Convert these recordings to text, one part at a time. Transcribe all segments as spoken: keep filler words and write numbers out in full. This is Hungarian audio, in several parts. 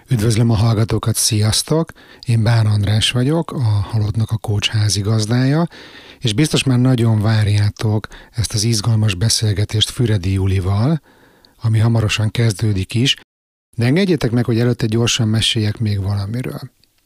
Üdvözlöm a hallgatókat, sziasztok! Én Bán András vagyok, a Halottnak a Coach házigazdája, és biztos már nagyon várjátok ezt az izgalmas beszélgetést Füredi Julival, ami hamarosan kezdődik is, de engedjétek meg, hogy előtte gyorsan meséljek még valamiről.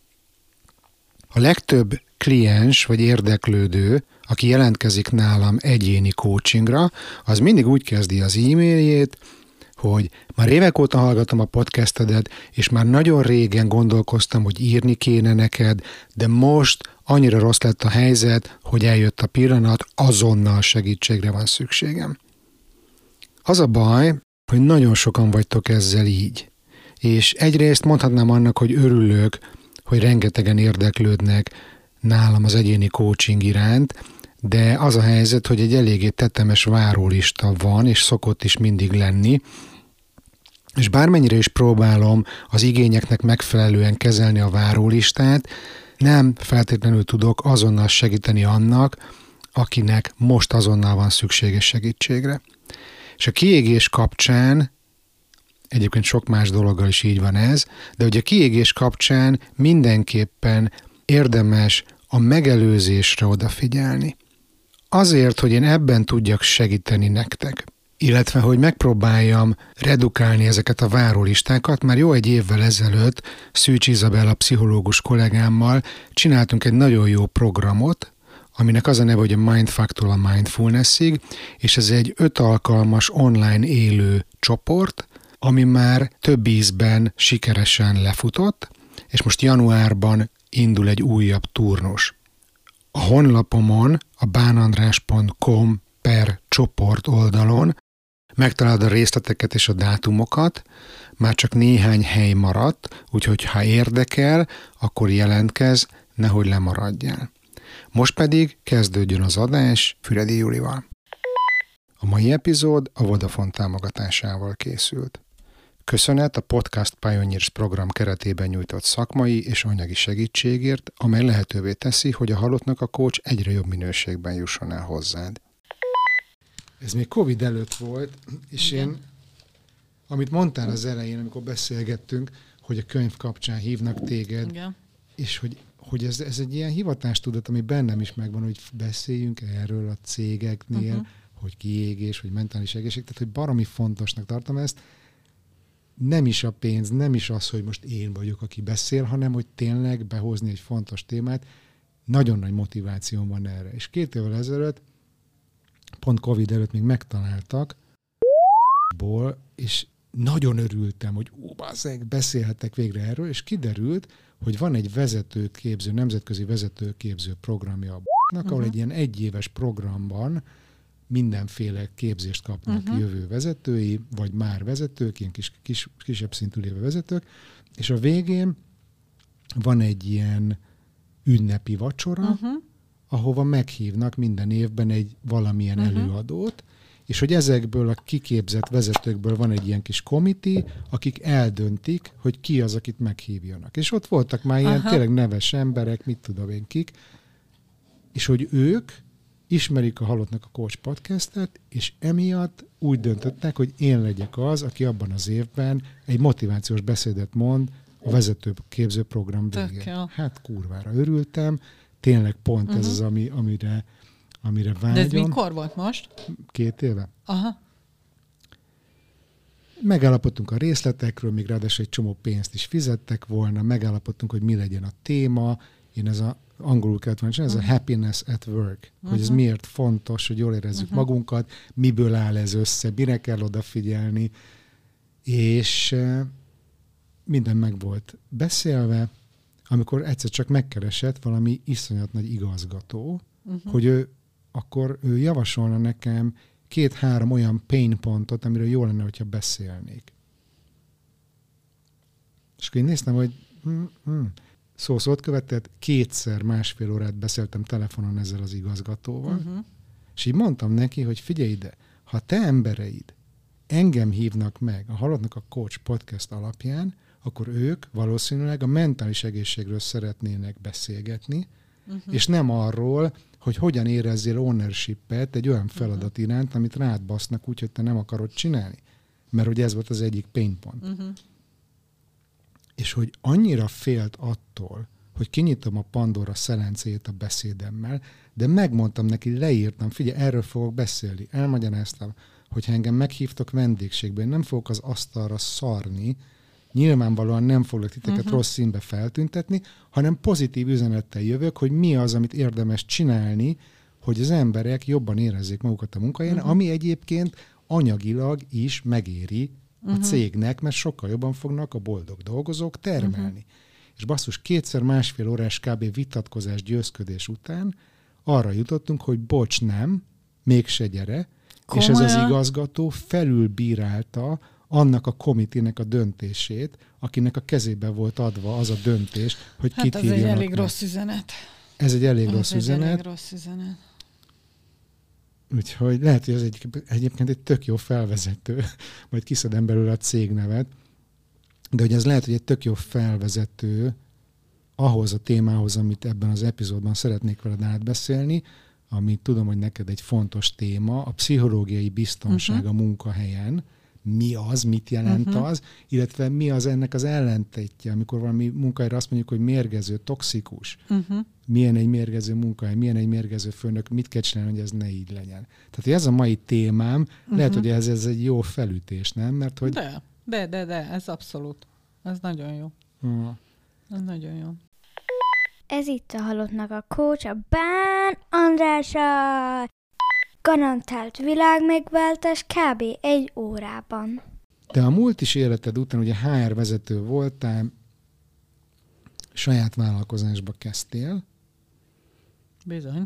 A legtöbb kliens vagy érdeklődő, aki jelentkezik nálam egyéni coachingra, az mindig úgy kezdi az e-mailjét, hogy már évek óta hallgatom a podcastedet, és már nagyon régen gondolkoztam, hogy írni kéne neked, de most annyira rossz lett a helyzet, hogy eljött a pillanat, azonnal segítségre van szükségem. Az a baj, hogy nagyon sokan vagytok ezzel így. És egyrészt mondhatnám annak, hogy örülök, hogy rengetegen érdeklődnek nálam az egyéni coaching iránt, de az a helyzet, hogy egy eléggé tetemes várólista van, és szokott is mindig lenni, és bármennyire is próbálom az igényeknek megfelelően kezelni a várólistát, nem feltétlenül tudok azonnal segíteni annak, akinek most azonnal van szüksége segítségre. És a kiégés kapcsán, egyébként sok más dologgal is így van ez, de ugye a kiégés kapcsán mindenképpen érdemes a megelőzésre odafigyelni. Azért, hogy én ebben tudjak segíteni nektek, illetve hogy megpróbáljam redukálni ezeket a várólistákat, már jó egy évvel ezelőtt Szűcs Izabella pszichológus kollégámmal csináltunk egy nagyon jó programot, aminek az a neve, hogy a Mindfucktól a Mindfulnessig, és ez egy öt alkalmas online élő csoport, ami már több ízben sikeresen lefutott, és most januárban indul egy újabb turnus. A honlapomon, a bánandrás pont com per csoport oldalon megtalálod a részleteket és a dátumokat, már csak néhány hely maradt, úgyhogy ha érdekel, akkor jelentkezz, nehogy lemaradjál. Most pedig kezdődjön az adás Füredi Julival. A mai epizód a Vodafone támogatásával készült. Köszönet a Podcast Pioneers program keretében nyújtott szakmai és anyagi segítségért, amely lehetővé teszi, hogy a Halottnak a Coach egyre jobb minőségben jusson el hozzád. Ez még Covid előtt volt, és igen. Én, amit mondtál az elején, amikor beszélgettünk, hogy a könyv kapcsán hívnak téged, igen. És hogy, hogy ez, ez egy ilyen hivatástudat, ami bennem is megvan, hogy beszéljünk erről a cégeknél, uh-huh. hogy kiégés, hogy mentális egészség, tehát hogy baromi fontosnak tartom ezt. Nem is a pénz, nem is az, hogy most én vagyok, aki beszél, hanem hogy tényleg behozni egy fontos témát. Nagyon nagy motivációm van erre. És két évvel ezelőtt, pont Covid előtt még megtaláltak, és nagyon örültem, hogy ó, bazzeg, beszélhetek végre erről, és kiderült, hogy van egy vezetőképző, nemzetközi vezetőképző programja a b***nak, ahol egy ilyen egyéves programban mindenféle képzést kapnak uh-huh. jövő vezetői, vagy már vezetők, ilyen kis, kis, kisebb szintű lévő vezetők, és a végén van egy ilyen ünnepi vacsora, uh-huh. ahova meghívnak minden évben egy valamilyen uh-huh. előadót, és hogy ezekből a kiképzett vezetőkből van egy ilyen kis komiti, akik eldöntik, hogy ki az, akit meghívjanak. És ott voltak már ilyen uh-huh. tényleg neves emberek, mit tudom én kik, és hogy ők ismerik a Halottnak a Coach podcastet, és emiatt úgy döntöttek, hogy én legyek az, aki abban az évben egy motivációs beszédet mond a vezetőképző program végén. Hát kurvára örültem, tényleg pont uh-huh. ez az, ami, amire, amire vágyom. De ez mikor volt most? Két éve. Aha. Megállapodtunk a részletekről, még ráadásul egy csomó pénzt is fizettek volna, megállapodtunk, hogy mi legyen a téma. Én ez a angolul kellett volna csinálni, ez a happiness at work, uh-huh. hogy ez miért fontos, hogy jól érezzük uh-huh. magunkat, miből áll ez össze, mire kell odafigyelni, és minden meg volt beszélve, amikor egyszer csak megkeresett valami iszonyat nagy igazgató, uh-huh. hogy ő akkor ő javasolna nekem két-három olyan pain pontot, amiről jó lenne, hogyha beszélnék. És akkor én néztem, hogy hm, hm. szó szót követett, kétszer másfél órát beszéltem telefonon ezzel az igazgatóval, uh-huh. és így mondtam neki, hogy figyelj ide, ha te embereid engem hívnak meg a Halottnak a Coach podcast alapján, akkor ők valószínűleg a mentális egészségről szeretnének beszélgetni, uh-huh. és nem arról, hogy hogyan érezzél ownership-et egy olyan feladat iránt, amit rád basznak úgy, hogy te nem akarod csinálni. Mert ugye ez volt az egyik pain point. Uh-huh. és hogy annyira félt attól, hogy kinyitom a Pandora szelencéjét a beszédemmel, de megmondtam neki, leírtam, figyelj, erről fogok beszélni, elmagyaráztam, hogyha engem meghívtok vendégségbe, én nem fogok az asztalra szarni, nyilvánvalóan nem foglak titeket uh-huh. rossz színbe feltüntetni, hanem pozitív üzenettel jövök, hogy mi az, amit érdemes csinálni, hogy az emberek jobban érezzék magukat a munkahelyen, uh-huh. ami egyébként anyagilag is megéri uh-huh. a cégnek, mert sokkal jobban fognak a boldog dolgozók termelni. Uh-huh. És basszus, kétszer másfél órás kb. Vitatkozás, győzködés után arra jutottunk, hogy bocs, nem, mégse gyere, komolyan? És ez az igazgató felülbírálta annak a komitének a döntését, akinek a kezébe volt adva az a döntés, hogy hát kit hívjanak. Hát ez egy elég meg. rossz üzenet. Ez egy elég ez rossz egy üzenet. elég rossz üzenet. Úgyhogy lehet, hogy ez egy, egyébként egy tök jó felvezető, majd kiszedem belőle a cégnevet, de hogy ez lehet, hogy egy tök jó felvezető ahhoz a témához, amit ebben az epizódban szeretnék veled átbeszélni, ami tudom, hogy neked egy fontos téma, a pszichológiai biztonság uh-huh. a munkahelyen. Mi az, mit jelent uh-huh. az, illetve mi az ennek az ellentétje, amikor valami munkahelyre azt mondjuk, hogy mérgező, toxikus. Uh-huh. Milyen egy mérgező munkahely, milyen egy mérgező főnök, mit kell csinálni, hogy ez ne így legyen. Tehát, hogy ez a mai témám, uh-huh. lehet, hogy ez, ez egy jó felütés, nem? Mert, hogy... De, de, de, de, ez abszolút. Ez nagyon jó. Uh. Ez nagyon jó. Ez itt a Halottnak a coach, a Bán Andrással. Garantált világmegváltás kb. Egy órában. Te a múlt is életed után ugye há er vezető voltál, saját vállalkozásba kezdtél. Bizony.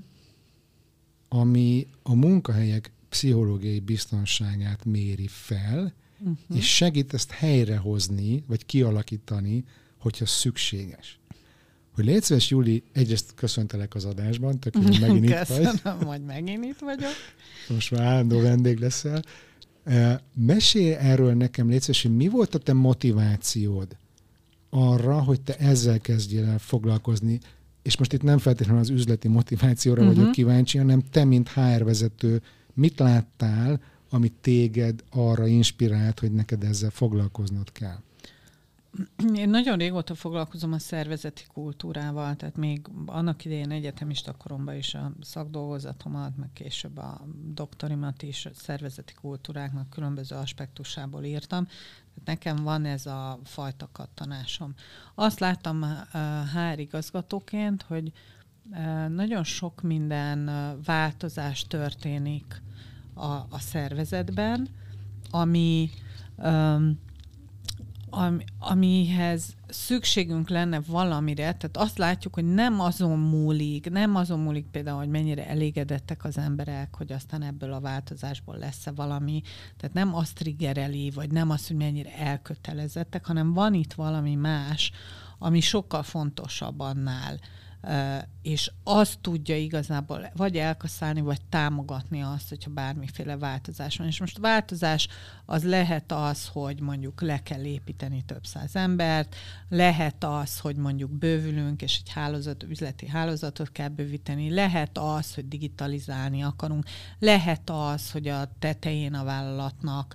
Ami a munkahelyek pszichológiai biztonságát méri fel, uh-huh. és segít ezt helyrehozni, vagy kialakítani, hogyha szükséges. Hogy légy szíves, Júli, egyrészt köszöntelek az adásban, tök jó, hogy megint itt vagy. Köszönöm, hogy megint itt vagyok. Most már állandó vendég leszel. Mesélj erről nekem, légy szíves, hogy mi volt a te motivációd arra, hogy te ezzel kezdjél el foglalkozni, és most itt nem feltétlenül az üzleti motivációra uh-huh. vagyok kíváncsi, hanem te, mint há er vezető, mit láttál, amit téged arra inspirált, hogy neked ezzel foglalkoznod kell? Én nagyon régóta foglalkozom a szervezeti kultúrával, tehát még annak idején egyetemista koromban is a szakdolgozatomat, meg később a doktorimat is a szervezeti kultúráknak különböző aspektusából írtam. Tehát nekem van ez a fajta kattanásom. Azt láttam há er igazgatóként, hogy nagyon sok minden változás történik a, a szervezetben, ami... Um, Am, amihez szükségünk lenne valamire, tehát azt látjuk, hogy nem azon múlik, nem azon múlik például, hogy mennyire elégedettek az emberek, hogy aztán ebből a változásból lesz-e valami, tehát nem azt triggereli, vagy nem az, hogy mennyire elkötelezettek, hanem van itt valami más, ami sokkal fontosabb annál, Uh, és az tudja igazából vagy elkaszálni, vagy támogatni azt, hogyha bármiféle változás van. És most a változás az lehet az, hogy mondjuk le kell építeni több száz embert, lehet az, hogy mondjuk bővülünk, és egy hálózat, üzleti hálózatot kell bővíteni, lehet az, hogy digitalizálni akarunk, lehet az, hogy a tetején a vállalatnak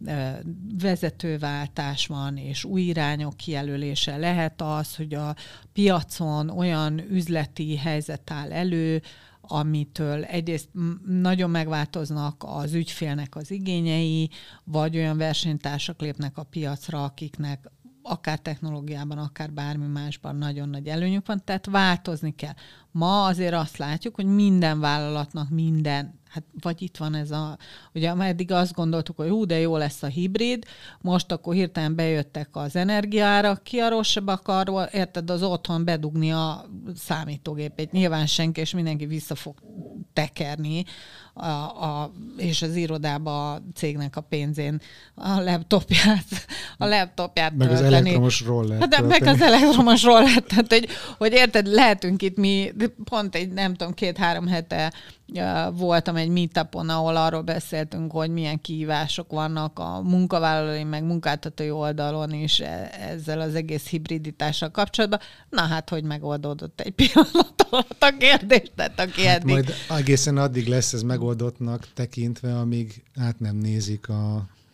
vezetőváltás van, és új irányok kijelölése. Lehet az, hogy a piacon olyan üzleti helyzet áll elő, amitől egyrészt nagyon megváltoznak az ügyfélnek az igényei, vagy olyan versenytársak lépnek a piacra, akiknek akár technológiában, akár bármi másban nagyon nagy előnyük van, tehát változni kell. Ma azért azt látjuk, hogy minden vállalatnak minden, hát vagy itt van ez a, ugye eddig azt gondoltuk, hogy hú, de jó lesz a hibrid, most akkor hirtelen bejöttek az energiaárak, ki a rosszabb akar, érted, az otthon bedugni a számítógépét. Nyilván senki, és mindenki vissza fog tekerni, a, a, és az irodába a cégnek a pénzén a laptopját, a laptopját meg tölteni. az elektromos rollert. Hát, meg az elektromos rollert, tehát, hogy, hogy érted, lehetünk itt mi, pont egy, nem tudom, két-három hete uh, voltam egy meetupon, ahol arról beszéltünk, hogy milyen kihívások vannak a munkavállalói, meg munkáltatói oldalon is ezzel az egész hibriditással kapcsolatban. Na hát, hogy megoldódott egy pillanat alatt a kérdést, tehát aki hát eddig... majd egészen addig lesz ez megoldottnak tekintve, amíg át nem nézik a,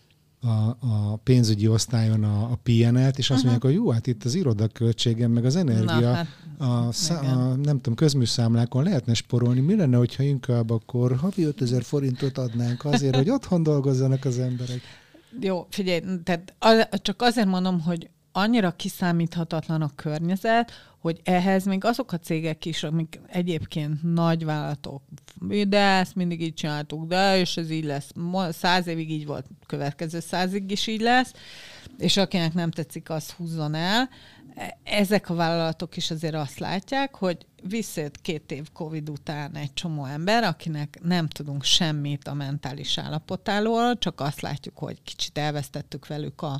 a, a pénzügyi osztályon a, a pé en el-t, és azt uh-huh. mondják, hogy jó, hát itt az irodaköltségem, meg az energia, Na, hát, a, szá, a, nem tudom, közműszámlákon lehetne sporolni. Mi lenne, hogyha inkább akkor havi ötezer forintot adnánk azért, hogy otthon dolgozzanak az emberek? Jó, figyelj, tehát az, csak azért mondom, hogy annyira kiszámíthatatlan a környezet, hogy ehhez még azok a cégek is, amik egyébként nagyvállalatok, de ezt mindig így csináltuk, de és ez így lesz. Száz évig így volt, következő százig is így lesz, és akinek nem tetszik, az húzzon el. Ezek a vállalatok is azért azt látják, hogy visszajött két év Covid után egy csomó ember, akinek nem tudunk semmit a mentális állapotáról, csak azt látjuk, hogy kicsit elvesztettük velük a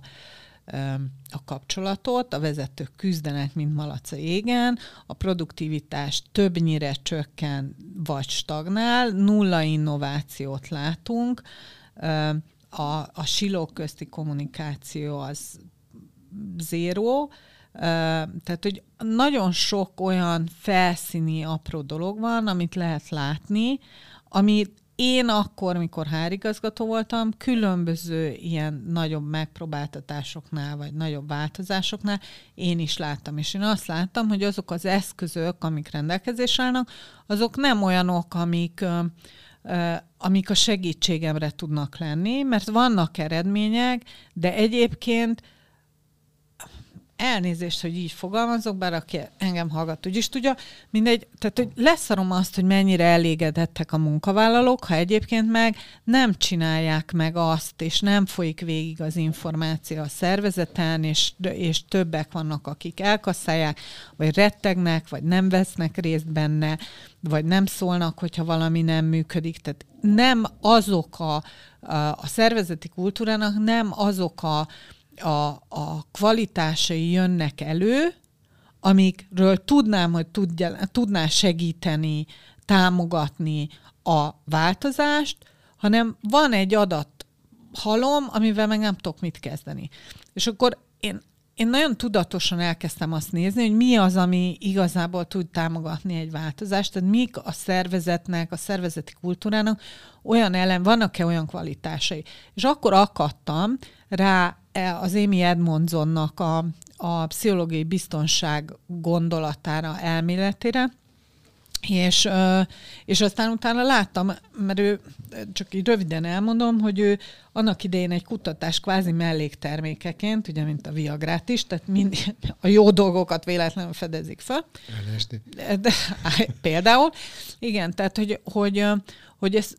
a kapcsolatot, a vezetők küzdenek, mint malac a égen, a produktivitás többnyire csökken vagy stagnál, nulla innovációt látunk, a, a silók közti kommunikáció az zéró, tehát, hogy nagyon sok olyan felszíni apró dolog van, amit lehet látni, amit én akkor, mikor há er igazgató voltam, különböző ilyen nagyobb megpróbáltatásoknál, vagy nagyobb változásoknál én is láttam. És én azt láttam, hogy azok az eszközök, amik rendelkezésre állnak, azok nem olyanok, amik, amik a segítségemre tudnak lenni, mert vannak eredmények, de egyébként elnézést, hogy így fogalmazok, bár aki engem hallgat, úgy is tudja, mindegy, tehát hogy leszarom azt, hogy mennyire elégedettek a munkavállalók, ha egyébként meg nem csinálják meg azt, és nem folyik végig az információ a szervezeten, és, és többek vannak, akik elkasszálják, vagy rettegnek, vagy nem vesznek részt benne, vagy nem szólnak, hogyha valami nem működik. Tehát nem azok a, a, a szervezeti kultúrának, nem azok a A, a kvalitásai jönnek elő, amikről tudnám, hogy tudja, tudná segíteni, támogatni a változást, hanem van egy adathalom, amivel meg nem tudok mit kezdeni. És akkor én, én nagyon tudatosan elkezdtem azt nézni, hogy mi az, ami igazából tud támogatni egy változást, tehát mik a szervezetnek, a szervezeti kultúrának olyan elem, vannak-e olyan kvalitásai. És akkor akadtam rá az Amy Edmondsonnak a, a pszichológiai biztonság gondolatára, elméletére, és, és aztán utána láttam, mert ő, csak így röviden elmondom, hogy ő annak idején egy kutatás kvázi melléktermékeként, ugye, mint a Viagrát is, tehát mind, a jó dolgokat véletlenül fedezik fel. De, de, például. Igen, tehát, hogy, hogy, hogy ez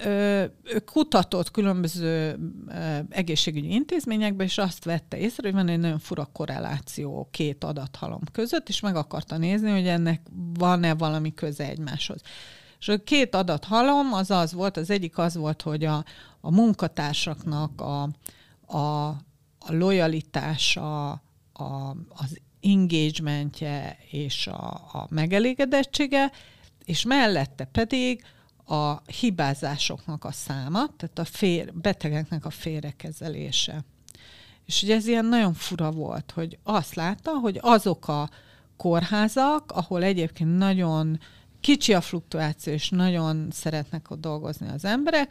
ő kutatott különböző egészségügyi intézményekben, és azt vette észre, hogy van egy nagyon fura korreláció két adathalom között, és meg akarta nézni, hogy ennek van-e valami köze egymáshoz. És a két adathalom az az volt, az egyik az volt, hogy a, a munkatársaknak a, a, a lojalitása, a, az engagementje és a, a megelégedettsége, és mellette pedig a hibázásoknak a száma, tehát a fér, betegeknek a félrekezelése. És ugye ez ilyen nagyon fura volt, hogy azt látta, hogy azok a kórházak, ahol egyébként nagyon kicsi a fluktuáció, és nagyon szeretnek ott dolgozni az emberek,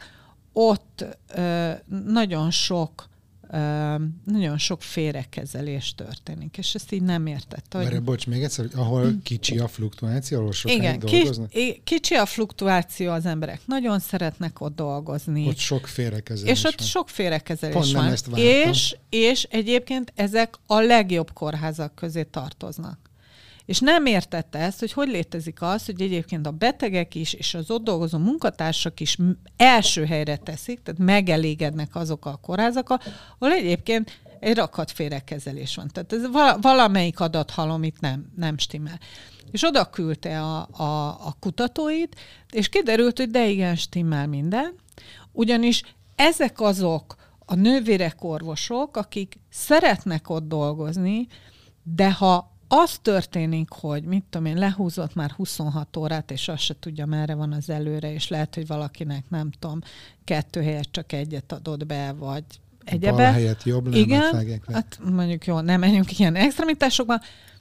ott ö, nagyon sok ö, nagyon sok félrekezelés történik, és ezt így nem értette. Hogy... Bocs, még egyszer, hogy ahol kicsi a fluktuáció, ahol sokáig igen, dolgoznak? Igen, kicsi a fluktuáció, az emberek nagyon szeretnek ott dolgozni. Ott sok félrekezelés És ott van. sok félrekezelés Pont van. Ezt és, és egyébként ezek a legjobb kórházak közé tartoznak. És nem értette ezt, hogy hogy létezik az, hogy egyébként a betegek is, és az ott dolgozó munkatársak is első helyre teszik, tehát megelégednek azok a kórházak, ahol egyébként egy rakat félrekezelés van. Tehát ez valamelyik adathalom itt nem, nem stimmel. És oda küldte a, a, a kutatóit, és kiderült, hogy de igen, stimmel minden, ugyanis ezek azok a nővérekorvosok, akik szeretnek ott dolgozni, de ha az történik, hogy mit tudom én, lehúzott már huszonhat órát, és azt se tudja, merre van az előre, és lehet, hogy valakinek nem tudom, kettő helyet csak egyet adott be, vagy egyebe. Bal helyett jobb, nem igen, hát mondjuk jó, nem menjünk ilyen extremitásokba,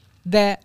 de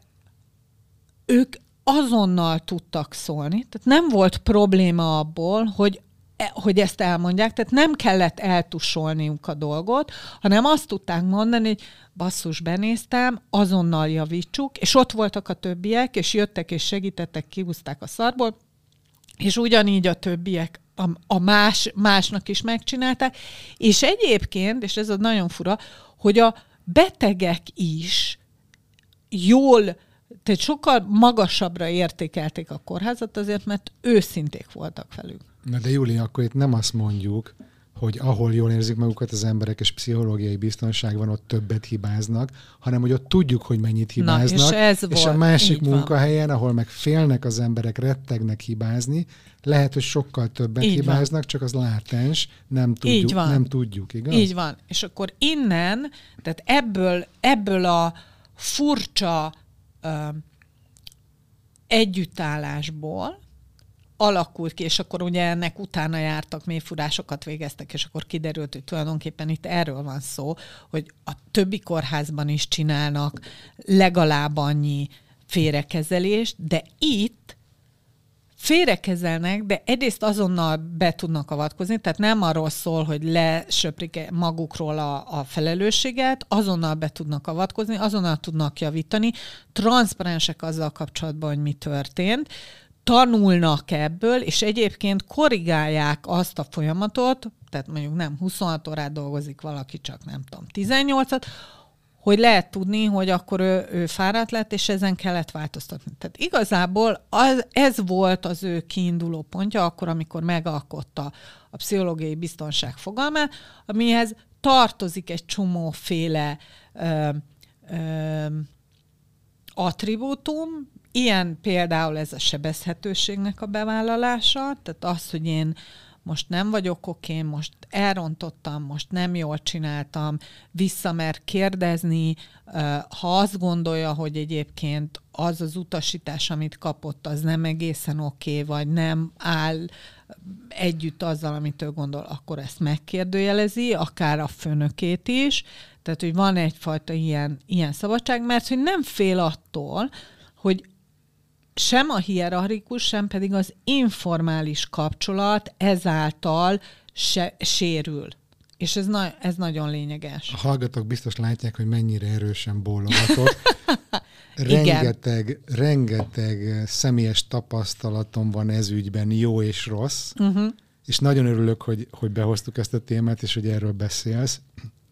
ők azonnal tudtak szólni, tehát nem volt probléma abból, hogy hogy ezt elmondják, tehát nem kellett eltusolniuk a dolgot, hanem azt tudták mondani, hogy basszus, benéztem, azonnal javítsuk, és ott voltak a többiek, és jöttek és segítettek, kihúzták a szarból, és ugyanígy a többiek a, a más, másnak is megcsinálták, és egyébként, és ez az nagyon fura, hogy a betegek is jól, tehát sokkal magasabbra értékelték a kórházat azért, mert őszinték voltak velük. Na de Júli, akkor itt nem azt mondjuk, hogy ahol jól érzik magukat az emberek, és pszichológiai biztonság van, ott többet hibáznak, hanem hogy ott tudjuk, hogy mennyit hibáznak. Na, és ez és volt, a másik így munkahelyen, van. Ahol meg félnek az emberek, rettegnek hibázni, lehet, hogy sokkal többet így hibáznak, van. Csak az látens, nem tudjuk, nem tudjuk, igaz? Így van. És akkor innen, tehát ebből, ebből a furcsa ö, együttállásból alakult ki, és akkor ugye ennek utána jártak, mélyfúrásokat végeztek, és akkor kiderült, hogy tulajdonképpen itt erről van szó, hogy a többi kórházban is csinálnak legalább annyi félrekezelést, de itt félrekezelnek, de egyrészt azonnal be tudnak avatkozni, tehát nem arról szól, hogy lesöprik magukról a, a felelősséget, azonnal be tudnak avatkozni, azonnal tudnak javítani, transzparensek azzal kapcsolatban, hogy mi történt, tanulnak ebből, és egyébként korrigálják azt a folyamatot, tehát mondjuk nem huszonhat órát dolgozik valaki, csak nem tudom, tizennyolcat, hogy lehet tudni, hogy akkor ő, ő fáradt lett, és ezen kellett változtatni. Tehát igazából az, ez volt az ő kiinduló pontja, akkor, amikor megalkotta a pszichológiai biztonság fogalmát, amihez tartozik egy csomóféle ö, ö, attribútum, ilyen például ez a sebezhetőségnek a bevállalása, tehát az, hogy én most nem vagyok oké, most elrontottam, most nem jól csináltam, visszamer kérdezni, ha azt gondolja, hogy egyébként az az utasítás, amit kapott, az nem egészen oké, vagy nem áll együtt azzal, amit ő gondol, akkor ezt megkérdőjelezi, akár a főnökét is, tehát, hogy van egyfajta ilyen, ilyen szabadság, mert hogy nem fél attól, hogy sem a hierarchikus, sem pedig az informális kapcsolat ezáltal se, sérül. És ez, na, ez nagyon lényeges. A hallgatók biztos látják, hogy mennyire erősen bólogatok. rengeteg, rengeteg személyes tapasztalatom van ez ügyben, jó és rossz. Uh-huh. És nagyon örülök, hogy, hogy behoztuk ezt a témát, és hogy erről beszélsz.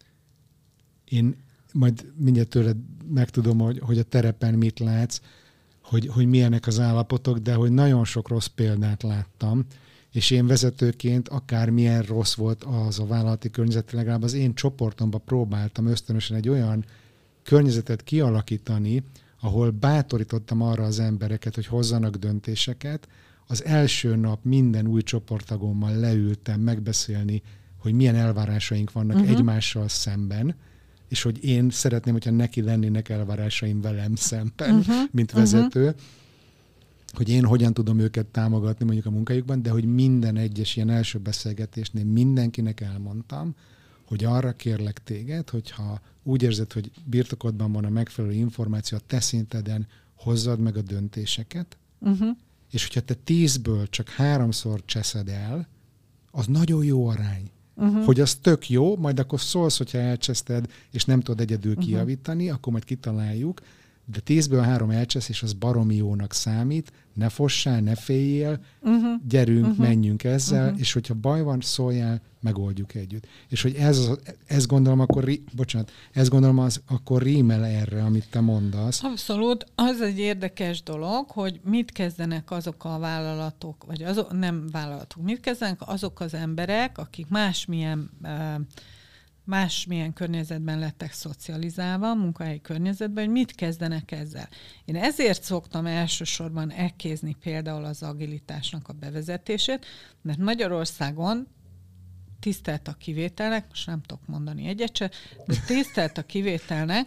Én majd mindjárt tőled megtudom, hogy, hogy a terepen mit látsz, hogy, hogy milyenek az állapotok, de hogy nagyon sok rossz példát láttam, és én vezetőként akármilyen rossz volt az a vállalati környezet, legalább az én csoportomban próbáltam ösztönösen egy olyan környezetet kialakítani, ahol bátorítottam arra az embereket, hogy hozzanak döntéseket. Az első nap minden új csoporttagommal leültem megbeszélni, hogy milyen elvárásaink vannak uh-huh. egymással szemben, és hogy én szeretném, hogyha neki lennének elvárásaim velem szemben, uh-huh, mint vezető, uh-huh. hogy én hogyan tudom őket támogatni mondjuk a munkájukban, de hogy minden egyes ilyen első beszélgetésnél mindenkinek elmondtam, hogy arra kérlek téged, hogyha úgy érzed, hogy birtokodban van a megfelelő információ, a te szinteden hozzad meg a döntéseket, uh-huh. és hogyha te tízből csak háromszor cseszed el, az nagyon jó arány. Uh-huh. Hogy az tök jó, majd akkor szólsz, hogyha elcseszted, és nem tudod egyedül uh-huh. kijavítani, akkor majd kitaláljuk, de tízből három elcsesz, és az baromi jónak számít, ne fossál, ne féljél, uh-huh. gyerünk, uh-huh. menjünk ezzel, uh-huh. és hogyha baj van, szóljál, megoldjuk együtt. És hogy ez, ez gondolom, akkor, bocsánat, ez gondolom, az akkor rímel erre, amit te mondasz. Abszolút. Az egy érdekes dolog, hogy mit kezdenek azok a vállalatok, vagy azok, nem vállalatok, mit kezdenek azok az emberek, akik másmilyen másmilyen környezetben lettek szocializálva, munkahelyi környezetben, hogy mit kezdenek ezzel. Én ezért szoktam elsősorban elkézni például az agilitásnak a bevezetését, mert Magyarországon tisztelt a kivételnek, most nem tudok mondani egyet se, de tisztelt a kivételnek,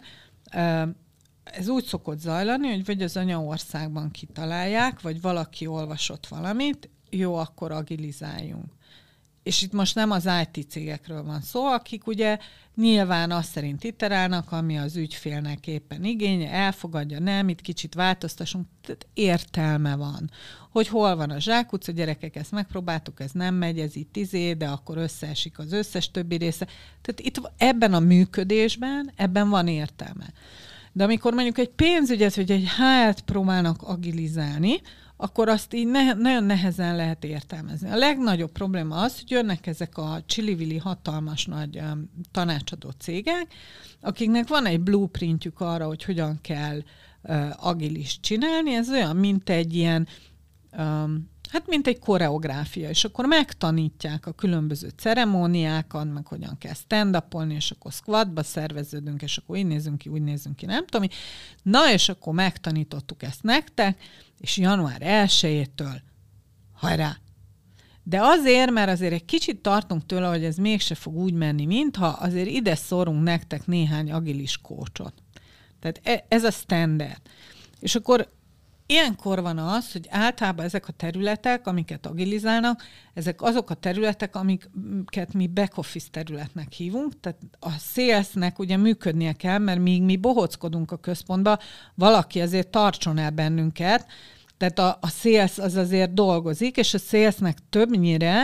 ez úgy szokott zajlani, hogy vagy az anyaországban kitalálják, vagy valaki olvasott valamit, jó, akkor agilizáljunk. és itt most nem az i té cégekről van szó, akik ugye nyilván azt szerint iterálnak, ami az ügyfélnek éppen igénye, elfogadja, nem, itt kicsit változtassunk, tehát értelme van, hogy hol van a zsákutca, gyerekek, ezt megpróbáltuk, ez nem megy, ez itt izé, de akkor összeesik az összes többi része. Tehát itt ebben a működésben, ebben van értelme. De amikor mondjuk egy pénzügyet, vagy egy há er-t próbálnak agilizálni, akkor azt így ne, nagyon nehezen lehet értelmezni. A legnagyobb probléma az, hogy jönnek ezek a csili-vili hatalmas nagy um, tanácsadó cégek, akiknek van egy blueprintjük arra, hogy hogyan kell uh, agilis csinálni. Ez olyan, mint egy ilyen, um, hát mint egy koreográfia, és akkor megtanítják a különböző ceremóniákat, meg hogyan kell stand-upolni, és akkor squatba szerveződünk, és akkor így nézünk ki, úgy nézünk ki, nem tudom. Na, és akkor megtanítottuk ezt nektek, és január elsejétől hajrá! De azért, mert azért egy kicsit tartunk tőle, hogy ez mégse fog úgy menni, mintha azért ide szórunk nektek néhány agilis coachot. Tehát ez a standard. És akkor ilyenkor van az, hogy általában ezek a területek, amiket agilizálnak, ezek azok a területek, amiket mi back-office területnek hívunk, tehát a salesnek ugye működnie kell, mert míg mi bohockodunk a központba, valaki azért tartson el bennünket, tehát a, a sales az azért dolgozik, és a salesnek többnyire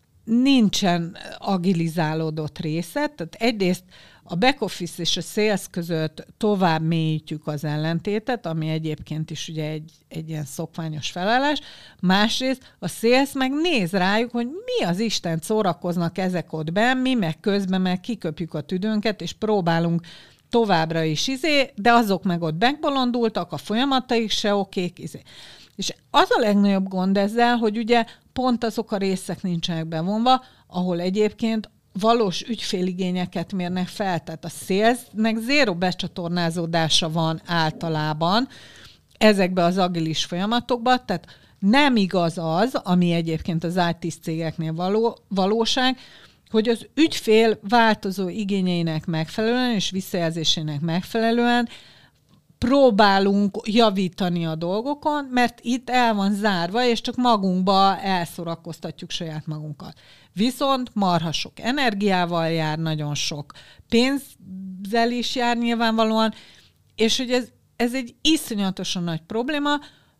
nincsen agilizálódott része, tehát egyrészt a back-office és a sales között tovább mélyítjük az ellentétet, ami egyébként is ugye egy, egy ilyen szokványos felállás. Másrészt a sales meg néz rájuk, hogy mi az Isten szórakoznak ezek ott benn, mi meg közben meg kiköpjük a tüdőnket, és próbálunk továbbra is izé, de azok meg ott megbolondultak, a folyamataik se okék, izé. És az a legnagyobb gond ezzel, hogy ugye pont azok a részek nincsenek bevonva, ahol egyébként valós ügyféligényeket mérnek fel. Tehát a salesnek zéro becsatornázódása van általában ezekbe az agilis folyamatokba, tehát nem igaz az, ami egyébként az i té cégeknél való, valóság, hogy az ügyfél változó igényeinek megfelelően és visszajelzésének megfelelően próbálunk javítani a dolgokon, mert itt el van zárva, és csak magunkba elszorakoztatjuk saját magunkat. Viszont marha sok energiával jár, nagyon sok pénzzel is jár nyilvánvalóan, és hogy ez, ez egy iszonyatosan nagy probléma,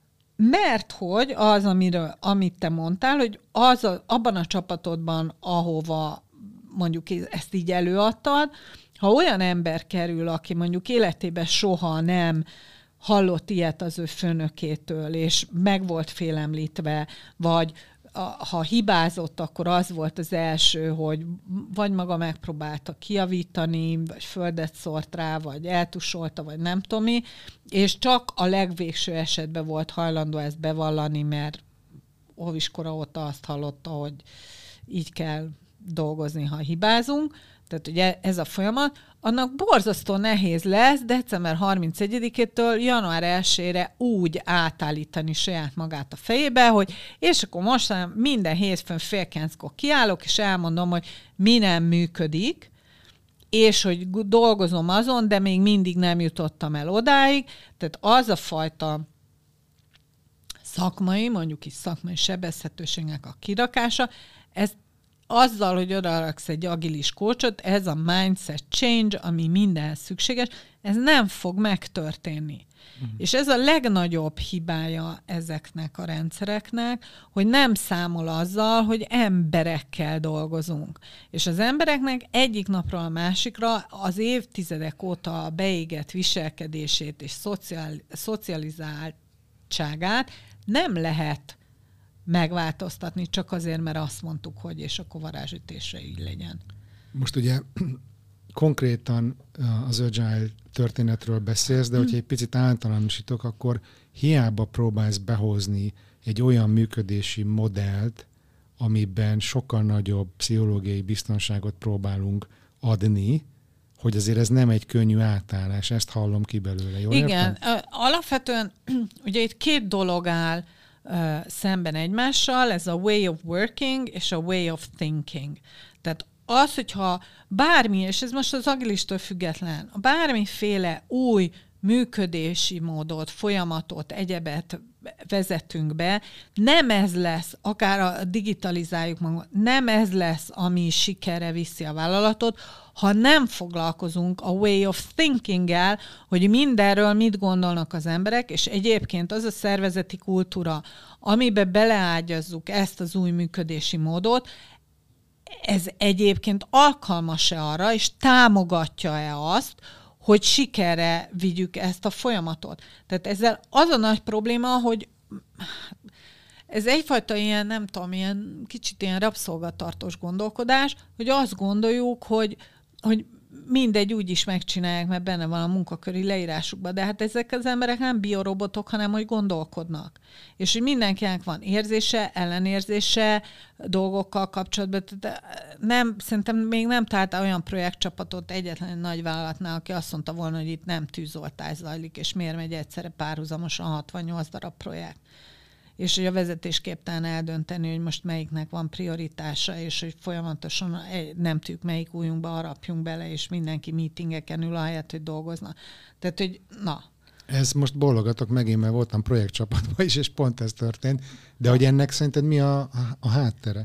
mert hogy az, amiről, amit te mondtál, hogy az a, abban a csapatodban, ahova mondjuk ezt így előadtad, ha olyan ember kerül, aki mondjuk életében soha nem hallott ilyet az ő főnökétől, és meg volt félemlítve, vagy a, ha hibázott, akkor az volt az első, hogy vagy maga megpróbálta kijavítani, vagy földet szórt rá, vagy eltusolta, vagy nem tudom mi, és csak a legvégső esetben volt hajlandó ezt bevallani, mert óviskora óta azt hallotta, hogy így kell dolgozni, ha hibázunk. Tehát ugye ez a folyamat, annak borzasztó nehéz lesz december harmincegyedikétől január elsejére úgy átállítani saját magát a fejébe, hogy és akkor most minden hétfőn fél kilenckor kiállok, és elmondom, hogy mi nem működik, és hogy dolgozom azon, de még mindig nem jutottam el odáig. Tehát az a fajta szakmai, mondjuk is szakmai sebezhetőségnek a kirakása, ez azzal, hogy odaraksz egy agilis coachot, ez a mindset change, ami mindenhez szükséges, ez nem fog megtörténni. Uh-huh. És ez a legnagyobb hibája ezeknek a rendszereknek, hogy nem számol azzal, hogy emberekkel dolgozunk. És az embereknek egyik napról a másikra az évtizedek óta beégett viselkedését és szociál, szocializáltságát nem lehet megváltoztatni, csak azért, mert azt mondtuk, hogy és akkor varázsütésre így legyen. Most ugye konkrétan az Agile történetről beszélsz, de hogyha egy picit általánosítok, akkor hiába próbálsz behozni egy olyan működési modellt, amiben sokkal nagyobb pszichológiai biztonságot próbálunk adni, hogy azért ez nem egy könnyű átállás. Ezt hallom ki belőle. Jól Igen. értem? Alapvetően ugye itt két dolog áll Uh, szemben egymással, ez a way of working és a way of thinking. Tehát az, hogyha bármi, és ez most az agilistől független, bármiféle új működési módot, folyamatot, egyebet vezetünk be, nem ez lesz, akár a digitalizáljuk magunkat, nem ez lesz, ami sikerre viszi a vállalatot, ha nem foglalkozunk a way of thinking-el, hogy mindenről mit gondolnak az emberek, és egyébként az a szervezeti kultúra, amiben beleágyazzuk ezt az új működési módot, ez egyébként alkalmas-e arra, és támogatja-e azt, hogy sikerre vigyük ezt a folyamatot. Tehát ezzel az a nagy probléma, hogy ez egyfajta ilyen, nem tudom, ilyen kicsit ilyen rabszolgatartós gondolkodás, hogy azt gondoljuk, hogy, hogy mindegy úgy is megcsinálják, mert benne van a munkaköri leírásukban, de hát ezek az emberek nem biorobotok, hanem hogy gondolkodnak. És hogy mindenkinek van érzése, ellenérzése dolgokkal kapcsolatban. De nem, szerintem még nem találta olyan projektcsapatot egyetlen nagy vállalatnál, aki azt mondta volna, hogy itt nem tűzoltás zajlik, és miért megy egyszerre párhuzamosan hatvannyolc darab projekt. És hogy a vezetés képtelen eldönteni, hogy most melyiknek van prioritása, és hogy folyamatosan nem tudjuk, melyik ujjunkba harapjunk bele, és mindenki meetingeken ül, ahelyett, hogy dolgozna. Tehát, hogy na. Ez most bólogatok megint, mert voltam projektcsapatban is, és pont ez történt. De hogy ennek szerinted mi a, a háttere?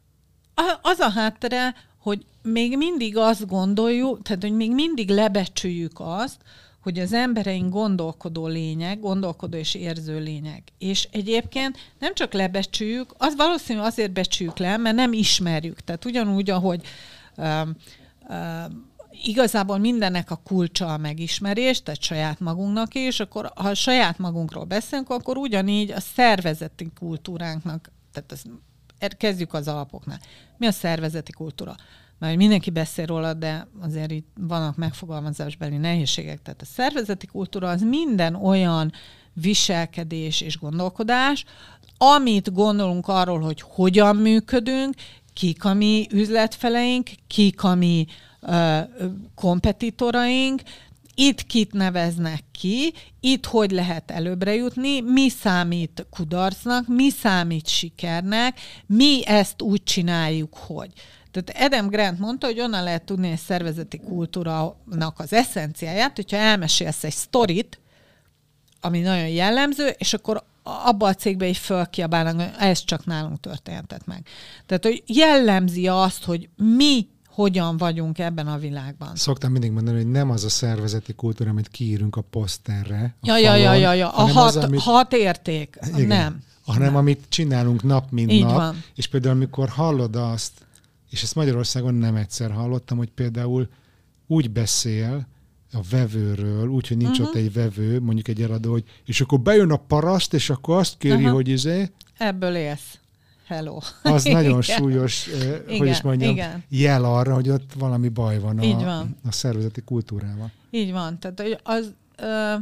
A, az a háttere, hogy még mindig azt gondoljuk, tehát, hogy még mindig lebecsüljük azt, hogy az embereink gondolkodó lények, gondolkodó és érző lények. És egyébként nem csak lebecsüljük, az valószínűleg azért becsüljük le, mert nem ismerjük. Tehát ugyanúgy, ahogy uh, uh, igazából mindennek a kulcsa a megismerés, tehát saját magunknak is, akkor ha saját magunkról beszélünk, akkor ugyanígy a szervezeti kultúránknak, tehát ez, kezdjük az alapoknál. Mi a szervezeti kultúra? Mert mindenki beszél róla, de azért itt vannak megfogalmazásbeli nehézségek. Tehát a szervezeti kultúra az minden olyan viselkedés és gondolkodás, amit gondolunk arról, hogy hogyan működünk, kik a mi üzletfeleink, kik a mi uh, kompetitoraink, itt kit neveznek ki, itt hogy lehet előbbre jutni, mi számít kudarcnak, mi számít sikernek, mi ezt úgy csináljuk, hogy. Tehát Adam Grant mondta, hogy onnan lehet tudni egy szervezeti kultúrának az eszenciáját, hogyha elmesélsz egy sztorit, ami nagyon jellemző, és akkor abba a cégbe így fölkiabálnak, hogy ez csak nálunk történhetett meg. Tehát, hogy jellemzi azt, hogy mi hogyan vagyunk ebben a világban. Szoktam mindig mondani, hogy nem az a szervezeti kultúra, amit kiírunk a poszterre. A ja, falon, ja, ja, ja, a hat, az, amit... hat érték. Igen, nem. Hanem nem. amit csinálunk nap, mint így nap. Van. És például, amikor hallod azt, és ezt Magyarországon nem egyszer hallottam, hogy például úgy beszél a vevőről, úgy, hogy nincs uh-huh. ott egy vevő, mondjuk egy eladó, hogy és akkor bejön a paraszt, és akkor azt kéri, uh-huh. hogy izé... Ebből élsz. Hello. Az nagyon súlyos, eh, igen, hogy is mondjam, igen. jel arra, hogy ott valami baj van a, van. a szervezeti kultúrával. Így van. Tehát az, ö,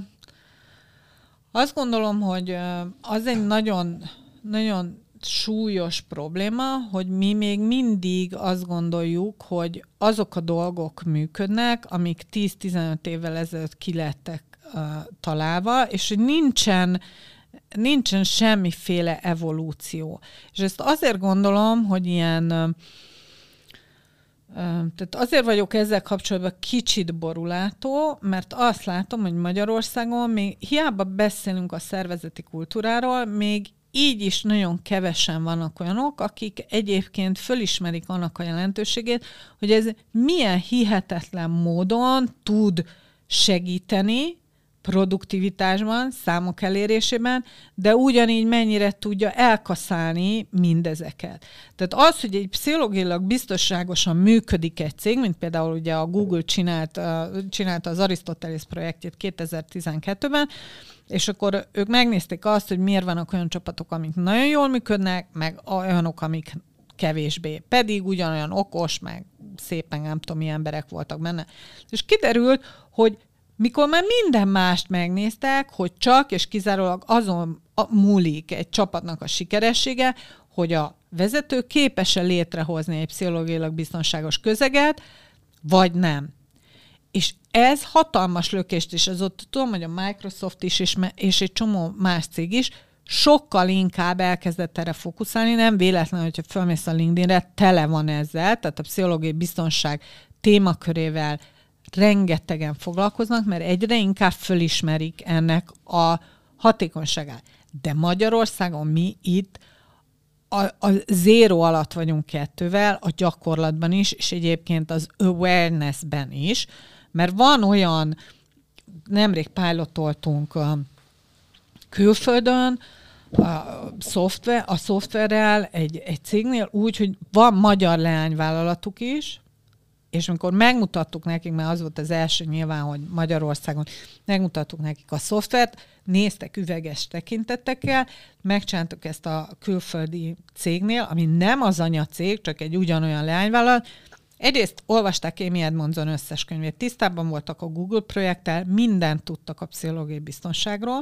azt gondolom, hogy az egy nagyon, nagyon súlyos probléma, hogy mi még mindig azt gondoljuk, hogy azok a dolgok működnek, amik tíz-tizenöt évvel ezelőtt ki lettek uh, találva, és hogy nincsen, nincsen semmiféle evolúció. És ezt azért gondolom, hogy ilyen uh, tehát azért vagyok ezzel kapcsolatban kicsit borulátó, mert azt látom, hogy Magyarországon még hiába beszélünk a szervezeti kultúráról, még így is nagyon kevesen vannak olyanok, akik egyébként fölismerik annak a jelentőségét, hogy ez milyen hihetetlen módon tud segíteni produktivitásban, számok elérésében, de ugyanígy mennyire tudja elkaszálni mindezeket. Tehát az, hogy egy pszichológiailag biztonságosan működik egy cég, mint például ugye a Google csinált, csinálta az Aristoteles projektjét kétezer-tizenkettőben, és akkor ők megnézték azt, hogy miért vannak olyan csapatok, amik nagyon jól működnek, meg olyanok, amik kevésbé. Pedig ugyanolyan okos, meg szépen nem tudom, milyen emberek voltak benne. És kiderült, hogy mikor már minden mást megnéztek, hogy csak és kizárólag azon múlik egy csapatnak a sikeressége, hogy a vezető képes-e létrehozni egy pszichológiailag biztonságos közeget, vagy nem. És ez hatalmas lökést is, az ott tudom, hogy a Microsoft is, és, és egy csomó más cég is sokkal inkább elkezdett erre fókuszálni, nem véletlen, hogyha fölmész a LinkedInre, tele van ezzel, tehát a pszichológiai biztonság témakörével rengetegen foglalkoznak, mert egyre inkább fölismerik ennek a hatékonyságát. De Magyarországon mi itt a, a zéro alatt vagyunk kettővel, a gyakorlatban is, és egyébként az awarenessben is, mert van olyan, nemrég pilotoltunk a külföldön, a, szoftver, a szoftverrel egy, egy cégnél úgy, hogy van magyar leányvállalatuk is, és amikor megmutattuk nekik, mert az volt az első nyilván, hogy Magyarországon megmutattuk nekik a szoftvert, néztek üveges tekintettekkel, megcsináltuk ezt a külföldi cégnél, ami nem az anyacég, csak egy ugyanolyan leányvállalat. Egyrészt olvasták Amy Edmondson összes könyvét, tisztában voltak a Google projekttel, mindent tudtak a pszichológiai biztonságról,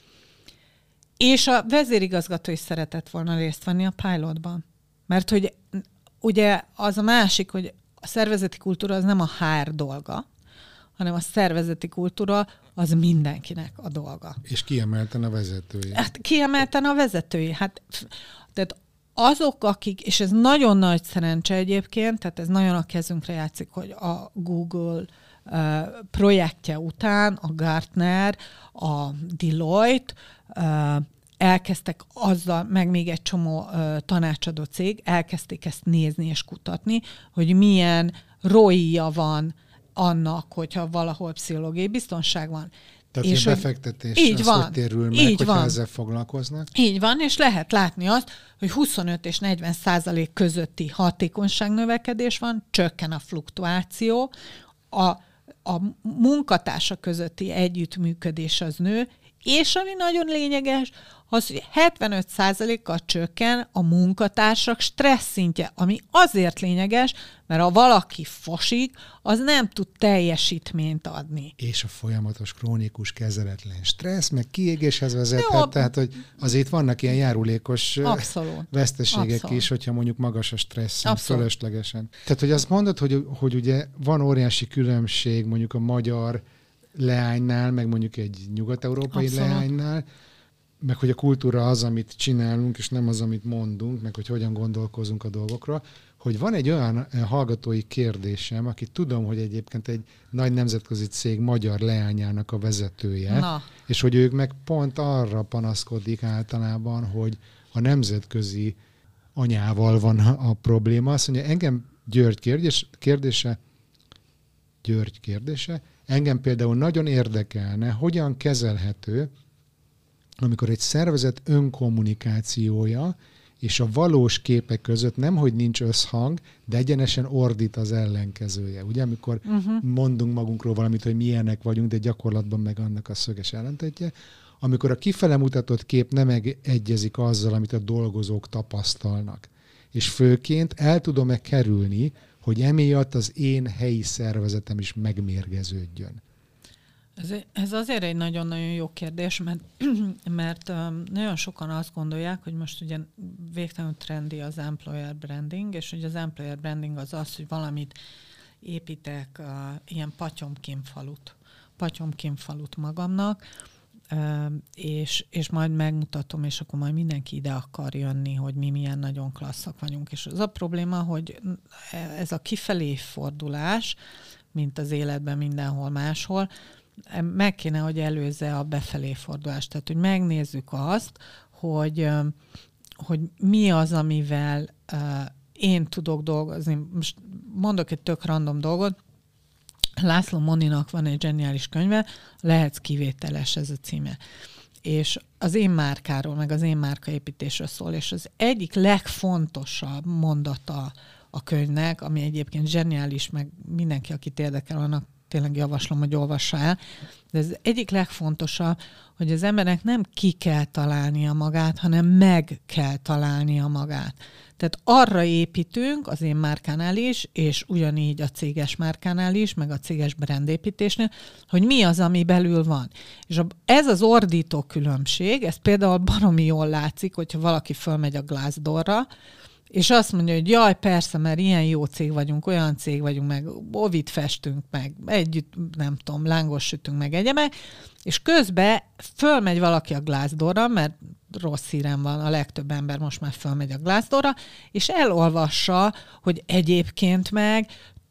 és a vezérigazgató is szeretett volna részt venni a pilotban. Mert hogy ugye az a másik, hogy a szervezeti kultúra az nem a há er dolga, hanem a szervezeti kultúra az mindenkinek a dolga. És kiemelten a vezetői. Hát kiemelten a vezetői. Hát, tehát azok, akik, és ez nagyon nagy szerencse egyébként, tehát ez nagyon a kezünkre játszik, hogy a Google uh, projektje után a Gartner, a Deloitte uh, elkezdtek azzal, meg még egy csomó uh, tanácsadó cég, elkezdték ezt nézni és kutatni, hogy milyen er o i-ja van annak, hogyha valahol pszichológiai biztonság van. Tehát és a befektetés így az, van, hogy térül meg, így hogyha van. Ezzel foglalkoznak? Így van, és lehet látni azt, hogy huszonöt és negyven százalék közötti hatékonyságnövekedés van, csökken a fluktuáció, a, a munkatársak közötti együttműködés az nő, és ami nagyon lényeges, az, hogy hetvenöt százalékkal csökken a munkatársak stressz szintje, ami azért lényeges, mert ha valaki fosik, az nem tud teljesítményt adni. És a folyamatos, krónikus, kezeletlen stressz, meg kiégéshez vezethet, jó, tehát hogy azért vannak ilyen járulékos abszolút, veszteségek abszolút. is, hogyha mondjuk magas a stressz, fölöslegesen. Tehát, hogy azt mondod, hogy, hogy ugye van óriási különbség mondjuk a magyar leánynál, meg mondjuk egy nyugat-európai abszolút. leánynál, meg hogy a kultúra az, amit csinálunk, és nem az, amit mondunk, meg hogy hogyan gondolkozunk a dolgokról, hogy van egy olyan hallgatói kérdésem, aki tudom, hogy egyébként egy nagy nemzetközi cég magyar leányának a vezetője, na. és hogy ők meg pont arra panaszkodik általában, hogy a nemzetközi anyával van a probléma. Azt mondja, engem György kérdés, kérdése, György kérdése, engem például nagyon érdekelne, hogyan kezelhető, amikor egy szervezet önkommunikációja és a valós képek között nemhogy nincs összhang, de egyenesen ordít az ellenkezője. Ugye, amikor uh-huh. mondunk magunkról valamit, hogy milyenek vagyunk, de gyakorlatban meg annak a szöges ellentetje, amikor a kifele mutatott kép nem egyezik azzal, amit a dolgozók tapasztalnak. És főként el tudom-e kerülni, hogy emiatt az én helyi szervezetem is megmérgeződjön. Ez, ez azért egy nagyon-nagyon jó kérdés, mert, mert um, nagyon sokan azt gondolják, hogy most ugye végtelenül trendi az employer branding, és hogy az employer branding az az, hogy valamit építek, uh, ilyen patyomkínfalut, patyomkínfalut magamnak, uh, és, és majd megmutatom, és akkor majd mindenki ide akar jönni, hogy mi milyen nagyon klasszak vagyunk. És az a probléma, hogy ez a kifelé fordulás, mint az életben mindenhol máshol, meg kéne, hogy előzze a befelé fordulást. Tehát, hogy megnézzük azt, hogy, hogy mi az, amivel én tudok dolgozni. Most mondok egy tök random dolgot. László Moninak van egy zseniális könyve, Lehetsz kivételes, ez a címe. És az én márkáról, meg az én márkaépítésről szól, és az egyik legfontosabb mondata a könyvnek, ami egyébként zseniális, meg mindenki, akit érdekel, annak tényleg javaslom, hogy olvassa el. De ez egyik legfontosabb, hogy az embernek nem ki kell találnia magát, hanem meg kell találnia magát. Tehát arra építünk az én márkánál is, és ugyanígy a céges márkánál is, meg a céges brandépítésnél, hogy mi az, ami belül van. És ez az ordító különbség, ez például baromi jól látszik, hogyha valaki fölmegy a Glassdoorra, és azt mondja, hogy jaj, persze, mert ilyen jó cég vagyunk, olyan cég vagyunk, meg ovit festünk, meg együtt, nem tudom, lángos sütünk, meg egyebek, és közben fölmegy valaki a Glassdoorra, mert rossz hírem van, a legtöbb ember most már fölmegy a Glassdoorra, és elolvassa, hogy egyébként meg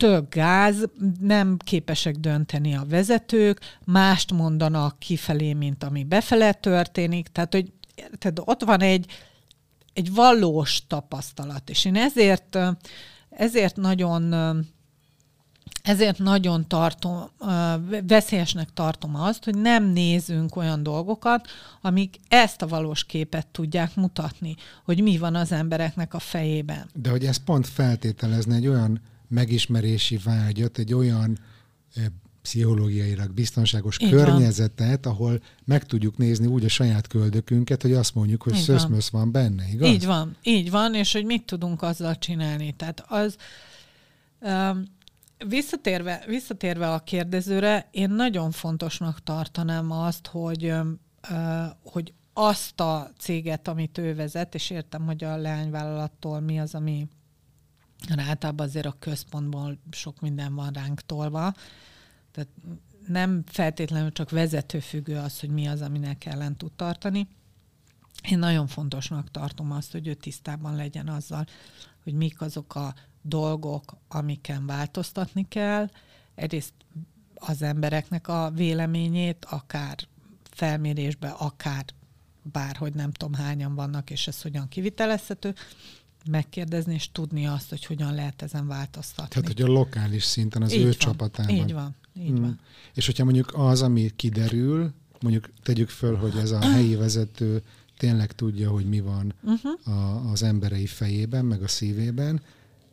tök gáz, nem képesek dönteni a vezetők, mást mondanak kifelé, mint ami befele történik, tehát, hogy tehát ott van egy, egy valós tapasztalat, és én ezért, ezért nagyon ezért nagyon tartom, veszélyesnek tartom azt, hogy nem nézünk olyan dolgokat, amik ezt a valós képet tudják mutatni, hogy mi van az embereknek a fejében. De hogy ez pont feltételezne egy olyan megismerési vágyat, egy olyan eh, pszichológiailag biztonságos Így környezetet, van. Ahol meg tudjuk nézni úgy a saját köldökünket, hogy azt mondjuk, hogy szöszmösz van. van benne, igaz? Így van, így van, és hogy mit tudunk azzal csinálni. Tehát az... Um, Visszatérve, visszatérve a kérdezőre, én nagyon fontosnak tartanám azt, hogy, hogy azt a céget, amit ő vezet, és értem, hogy a leányvállalattól mi az, ami általában azért a központból sok minden van ránk tolva. Tehát nem feltétlenül csak vezetőfüggő az, hogy mi az, aminek ellen tud tartani. Én nagyon fontosnak tartom azt, hogy ő tisztában legyen azzal, hogy mik azok a dolgok, amiken változtatni kell. Egyrészt az embereknek a véleményét, akár felmérésbe, akár bárhogy nem tudom hányan vannak, és ez hogyan kivitelezhető, megkérdezni, és tudni azt, hogy hogyan lehet ezen változtatni. Tehát, hogy a lokális szinten, az így ő van, csapatában. Így van, így hmm. van. És hogyha mondjuk az, ami kiderül, mondjuk tegyük föl, hogy ez a helyi vezető tényleg tudja, hogy mi van uh-huh. a, az emberei fejében, meg a szívében,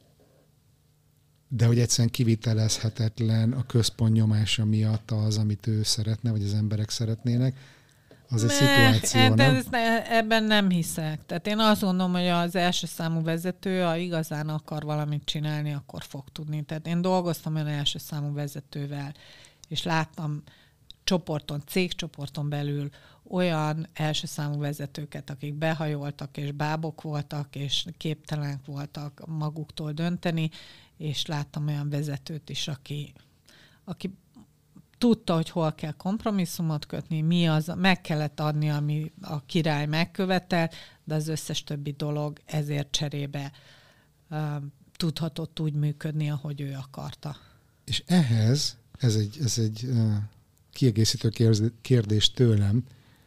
de hogy egyszerűen kivitelezhetetlen a központ nyomása miatt az, amit ő szeretne, vagy az emberek szeretnének, az egy szituáció, de nem? Ne, ebben nem hiszek. Tehát én azt gondolom, hogy az első számú vezető, ha igazán akar valamit csinálni, akkor fog tudni. Tehát én dolgoztam olyan első számú vezetővel, és láttam csoporton, cégcsoporton belül olyan első számú vezetőket, akik behajoltak, és bábok voltak, és képtelenek voltak maguktól dönteni, és láttam olyan vezetőt is, aki, aki tudta, hogy hol kell kompromisszumot kötni, mi az, meg kellett adni, ami a király megkövetel, de az összes többi dolog ezért cserébe uh, tudhatott úgy működni, ahogy ő akarta. És ehhez, ez egy, ez egy uh, kiegészítő kérdés tőlem,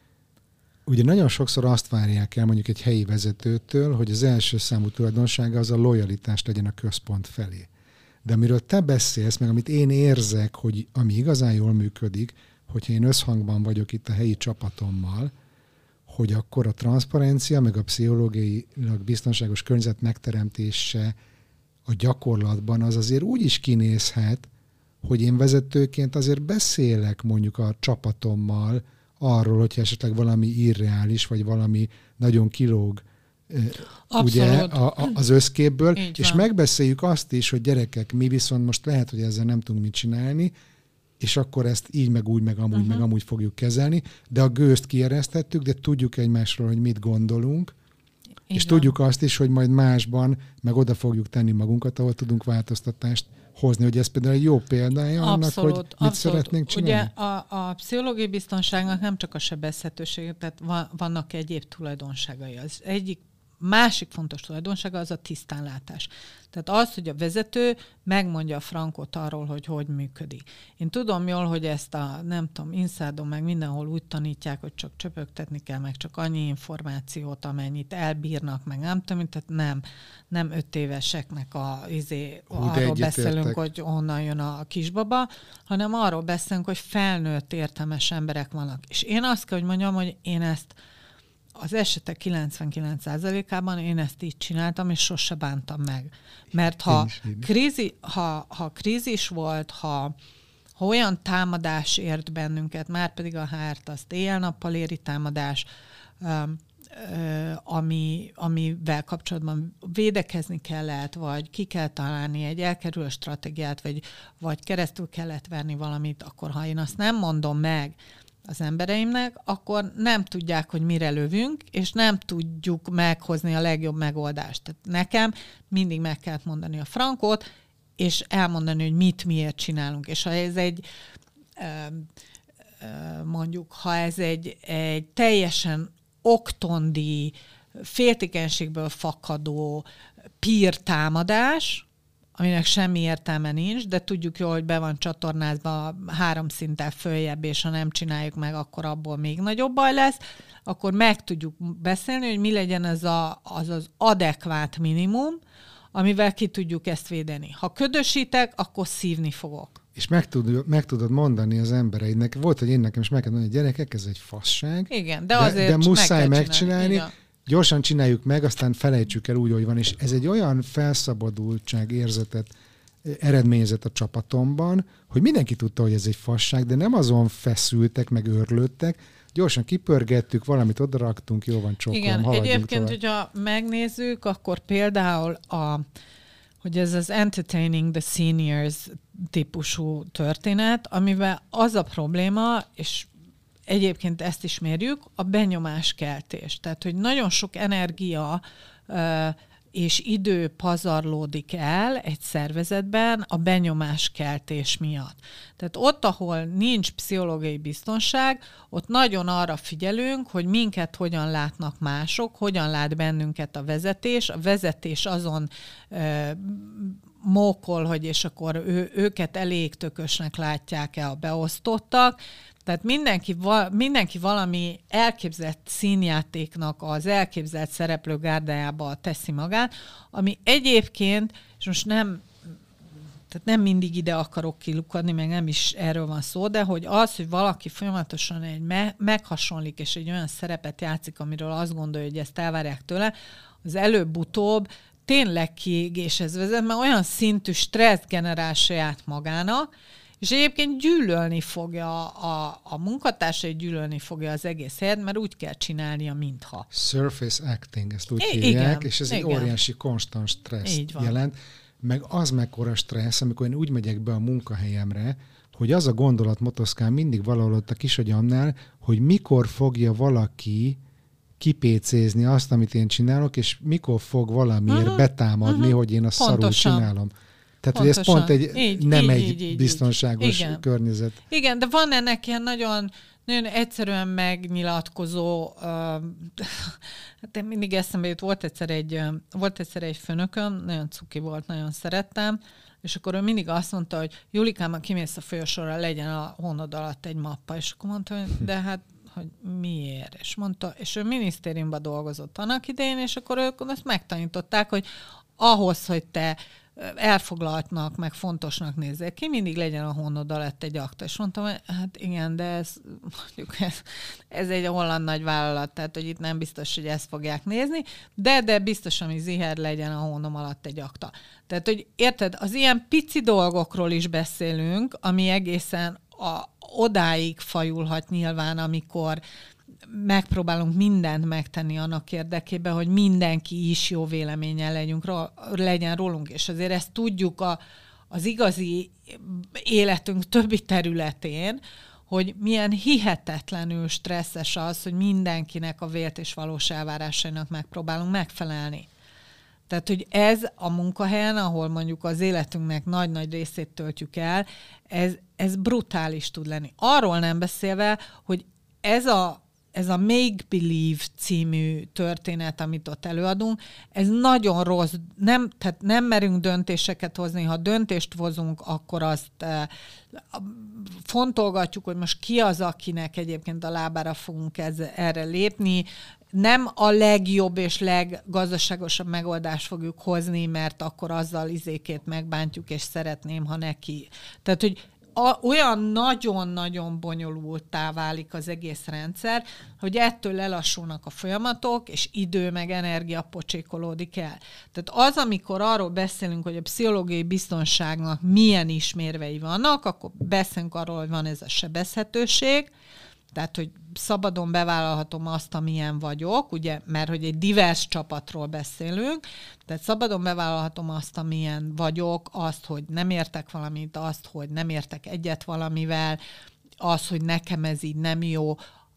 ugye nagyon sokszor azt várják el mondjuk egy helyi vezetőtől, hogy az első számú tulajdonsága az a lojalitás legyen a központ felé. De amiről te beszélsz, meg amit én érzek, hogy ami igazán jól működik, hogyha én összhangban vagyok itt a helyi csapatommal, hogy akkor a transzparencia, meg a pszichológiailag biztonságos környezet megteremtése a gyakorlatban az azért úgy is kinézhet, hogy én vezetőként azért beszélek mondjuk a csapatommal arról, hogyha esetleg valami irreális, vagy valami nagyon kilóg ugye, a, a, az összképből, így és van. Megbeszéljük azt is, hogy gyerekek, mi viszont most lehet, hogy ezzel nem tudunk mit csinálni, és akkor ezt így, meg úgy, meg amúgy, uh-huh. meg amúgy fogjuk kezelni, de a gőzt kieresztettük, de tudjuk egymásról, hogy mit gondolunk, így és van. Tudjuk azt is, hogy majd másban meg oda fogjuk tenni magunkat, ahol tudunk változtatást hozni, hogy ez például egy jó példája annak, abszolút, hogy mit abszolút. Szeretnénk csinálni. Ugye a, a pszichológiai biztonságnak nem csak a sebezhetőség, tehát van, vannak egyéb tulajdonságai. Az egyik másik fontos tulajdonsága az a tisztánlátás. Tehát az, hogy a vezető megmondja a frankot arról, hogy hogy működik. Én tudom jól, hogy ezt a, nem tudom, Insidon meg mindenhol úgy tanítják, hogy csak csöpögtetni kell, meg csak annyi információt, amennyit elbírnak, meg nem tudom, tehát nem, nem öt éveseknek a, izé, Hú, arról beszélünk, értek. Hogy honnan jön a kisbaba, hanem arról beszélünk, hogy felnőtt értelmes emberek vannak. És én azt kell, hogy mondjam, hogy én ezt az esetek kilencvenkilenc százalékában én ezt így csináltam, és sose bántam meg. Mert ha, krízi, ha, ha krízis volt, ha, ha olyan támadás ért bennünket, már pedig a há er-t azt éjjel-nappal éri támadás, ami, amivel kapcsolatban védekezni kellett, vagy ki kell találni egy elkerülő stratégiát, vagy, vagy keresztül kellett verni valamit, akkor ha én azt nem mondom meg az embereimnek, akkor nem tudják, hogy mire lövünk, és nem tudjuk meghozni a legjobb megoldást. Tehát nekem mindig meg kellett mondani a frankot, és elmondani, hogy mit, miért csinálunk. És ha ez egy, mondjuk, ha ez egy, egy teljesen oktondi, féltékenységből fakadó pír támadás, aminek semmi értelme nincs, de tudjuk jól, hogy be van csatornázva három szinttel följebb, és ha nem csináljuk meg, akkor abból még nagyobb baj lesz, akkor meg tudjuk beszélni, hogy mi legyen az a, az, az adekvát minimum, amivel ki tudjuk ezt védeni. Ha ködösítek, akkor szívni fogok. És meg, tud, meg tudod mondani az embereidnek, volt, hogy én nekem is meg kell mondani, hogy gyerekek, ez egy fasság. Igen, de azért de, de muszáj meg megcsinálni. Csinálni. Gyorsan csináljuk meg, aztán felejtsük el úgy, hogy van. És ez egy olyan felszabadultság érzetet eredményezett a csapatomban, hogy mindenki tudta, hogy ez egy fasság, de nem azon feszültek, meg őrlődtek, gyorsan kipörgettük, valamit odaraktunk, jó van, csokolom, igen, haladjunk egyébként, tovább. hogyha megnézzük, akkor például a, hogy ez az entertaining the seniors típusú történet, amivel az a probléma, és egyébként ezt is mérjük, a benyomáskeltés. Tehát, hogy nagyon sok energia és idő pazarlódik el egy szervezetben a benyomáskeltés miatt. Tehát ott, ahol nincs pszichológiai biztonság, ott nagyon arra figyelünk, hogy minket hogyan látnak mások, hogyan lát bennünket a vezetés. A vezetés azon ö, mókol, hogy és akkor ő, őket elég tökösnek látják-e a beosztottak. Tehát mindenki, mindenki valami elképzelt színjátéknak az elképzelt szereplő gárdájába teszi magát, ami egyébként, és most nem, tehát nem mindig ide akarok kilukadni, meg nem is erről van szó, de hogy az, hogy valaki folyamatosan egy me- meghasonlik, és egy olyan szerepet játszik, amiről azt gondolja, hogy ezt elvárják tőle, az előbb-utóbb tényleg kiégéshez vezet, mert olyan szintű stressz generál saját magának, és egyébként gyűlölni fogja a, a munkatársai, gyűlölni fogja az egész helyet, mert úgy kell csinálnia, mintha. Surface acting, ezt úgy I- hívják, igen, és ez igen. egy óriási konstant stressz jelent. Meg az mekkora stressz, amikor én úgy megyek be a munkahelyemre, hogy az a gondolat motoszkál mindig valahol ott a kisagyamnál, hogy mikor fogja valaki kipécézni azt, amit én csinálok, és mikor fog valamiért uh-huh, betámadni, uh-huh. hogy én azt szarul csinálom. Tehát, hogy ez pont egy így, nem így, egy így, így, biztonságos igen. környezet. Igen, de van ennek ilyen nagyon, nagyon egyszerűen megnyilatkozó, uh, hát én mindig eszembe jut, volt egyszer egy, uh, volt egyszer egy főnököm, nagyon cuki volt, nagyon szerettem, és akkor ő mindig azt mondta, hogy Julikám, ha kimész a folyosóra, legyen a hónod alatt egy mappa, és akkor mondta, hogy de hát hogy miért? És mondta, és ő minisztériumban dolgozott annak idején, és akkor ők azt megtanították, hogy ahhoz, hogy te elfoglaltnak, meg fontosnak nézzél ki, mindig legyen a hónod alatt egy akta. És mondtam, hogy hát igen, de ez, mondjuk ez, ez egy holland nagy vállalat, tehát hogy itt nem biztos, hogy ezt fogják nézni, de, de biztos, ami ziher, legyen a hónom alatt egy akta. Tehát, hogy érted, az ilyen pici dolgokról is beszélünk, ami egészen a, odáig fajulhat nyilván, amikor megpróbálunk mindent megtenni annak érdekében, hogy mindenki is jó véleménnyel legyünk, legyen rólunk, és azért ezt tudjuk a, az igazi életünk többi területén, hogy milyen hihetetlenül stresszes az, hogy mindenkinek a vélt és valós elvárásainak megpróbálunk megfelelni. Tehát, hogy ez a munkahelyen, ahol mondjuk az életünknek nagy-nagy részét töltjük el, ez, ez brutális tud lenni. Arról nem beszélve, hogy ez a ez a Make Believe című történet, amit ott előadunk, ez nagyon rossz, nem, tehát nem merünk döntéseket hozni, ha döntést hozunk, akkor azt eh, fontolgatjuk, hogy most ki az, akinek egyébként a lábára fogunk ez, erre lépni, nem a legjobb és leggazdaságosabb megoldást fogjuk hozni, mert akkor azzal izékét megbántjuk, és szeretném, ha neki. Tehát, hogy A, olyan nagyon-nagyon bonyolulttá válik az egész rendszer, hogy ettől lelassulnak a folyamatok, és idő meg energia pocsékolódik el. Tehát az, amikor arról beszélünk, hogy a pszichológiai biztonságnak milyen ismérvei vannak, akkor beszélünk arról, hogy van ez a sebezhetőség, tehát, hogy szabadon bevállalhatom azt, amilyen vagyok, ugye, mert hogy egy divers csapatról beszélünk, tehát szabadon bevállalhatom azt, amilyen vagyok, azt, hogy nem értek valamit, azt, hogy nem értek egyet valamivel, az, hogy nekem ez így nem jó.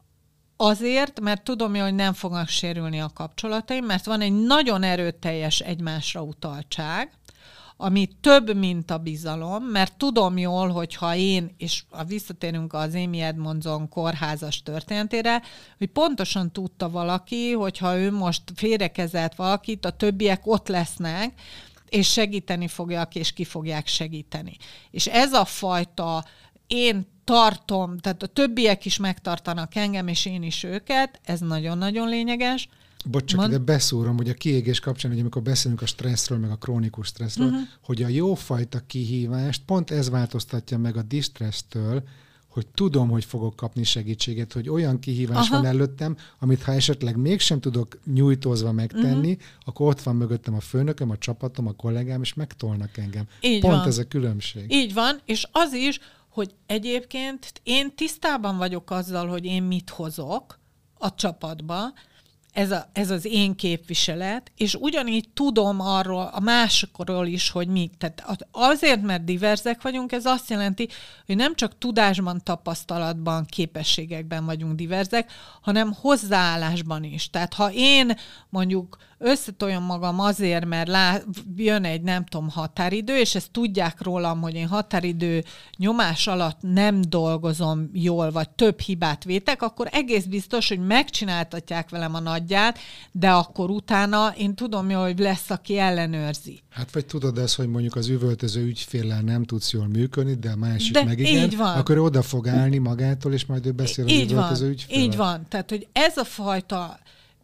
Azért, mert tudom, hogy nem fognak sérülni a kapcsolataim, mert van egy nagyon erőteljes egymásra utaltság, ami több, mint a bizalom, mert tudom jól, hogyha én, és visszatérünk az Amy Edmondson kórházas történetére, hogy pontosan tudta valaki, hogyha ő most félrekezelt valakit, a többiek ott lesznek, és segíteni fogják, és ki fogják segíteni. És ez a fajta én tartom, tehát a többiek is megtartanak engem, és én is őket, ez nagyon-nagyon lényeges. Bocs, csak Mond... ide beszúrom, hogy a kiégés kapcsán, hogy amikor beszélünk a stresszről, meg a krónikus stresszről, uh-huh. hogy a jófajta kihívást pont ez változtatja meg a distressztől, hogy tudom, hogy fogok kapni segítséget, hogy olyan kihívás Aha. van előttem, amit ha esetleg mégsem tudok nyújtózva megtenni, uh-huh. akkor ott van mögöttem a főnököm, a csapatom, a kollégám, és megtolnak engem. Így Pont van. ez a különbség. Így van, és az is, hogy egyébként én tisztában vagyok azzal, hogy én mit hozok a csapatba, ez, a, ez az én képviselet, és ugyanígy tudom arról, a másikról is, hogy mi. Tehát azért, mert diverzek vagyunk, ez azt jelenti, hogy nem csak tudásban, tapasztalatban, képességekben vagyunk diverzek, hanem hozzáállásban is. Tehát ha én mondjuk összetoljam magam azért, mert lá, jön egy nem tudom határidő, és ezt tudják rólam, hogy én határidő nyomás alatt nem dolgozom jól, vagy több hibát vétek, akkor egész biztos, hogy megcsináltatják velem a nagyját, de akkor utána én tudom jól, hogy lesz, aki ellenőrzi. Hát vagy tudod ezt, hogy mondjuk az üvöltöző ügyféllel nem tudsz jól működni, de a másik de meg igen, így van. akkor oda fog állni magától, és majd ő beszél az így üvöltöző van, ügyféllel. Így van. Tehát, hogy ez a fajta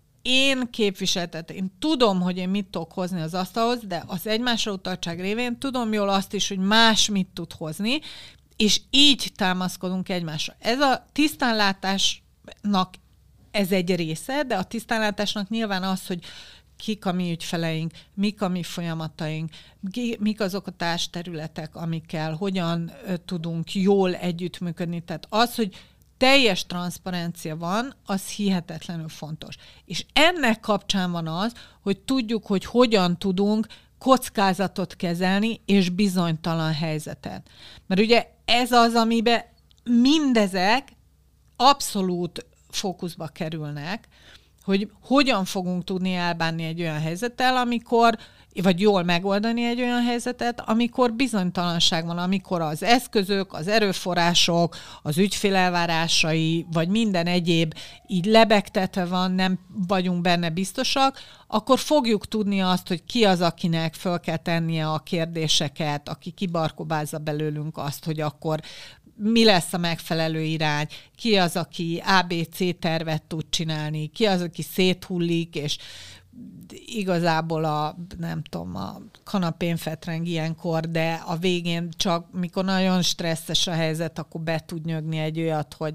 én képviseletet, én tudom, hogy én mit tudok hozni az asztalhoz, de az egymásra utaltság révén tudom jól azt is, hogy más mit tud hozni, és így támaszkodunk egymásra. Ez a tisztánlátásnak ez egy része, de a tisztánlátásnak nyilván az, hogy kik a mi ügyfeleink, mik a mi folyamataink, mik azok a társterületek, amikkel hogyan tudunk jól együttműködni. Tehát az, hogy teljes transzparencia van, az hihetetlenül fontos. És ennek kapcsán van az, hogy tudjuk, hogy hogyan tudunk kockázatot kezelni, és bizonytalan helyzetet. Mert ugye ez az, amiben mindezek abszolút fókuszba kerülnek, hogy hogyan fogunk tudni elbánni egy olyan helyzettel, amikor, vagy jól megoldani egy olyan helyzetet, amikor bizonytalanság van, amikor az eszközök, az erőforrások, az ügyfél elvárásai, vagy minden egyéb így lebegtetve van, nem vagyunk benne biztosak, akkor fogjuk tudni azt, hogy ki az, akinek föl kell tennie a kérdéseket, aki kibarkobázza belőlünk azt, hogy akkor mi lesz a megfelelő irány, ki az, aki á bé cé tervet tud csinálni, ki az, aki széthullik, és igazából a, nem tudom, a kanapén fetreng ilyenkor, de a végén csak, mikor nagyon stresszes a helyzet, akkor be tud nyögni egy olyat, hogy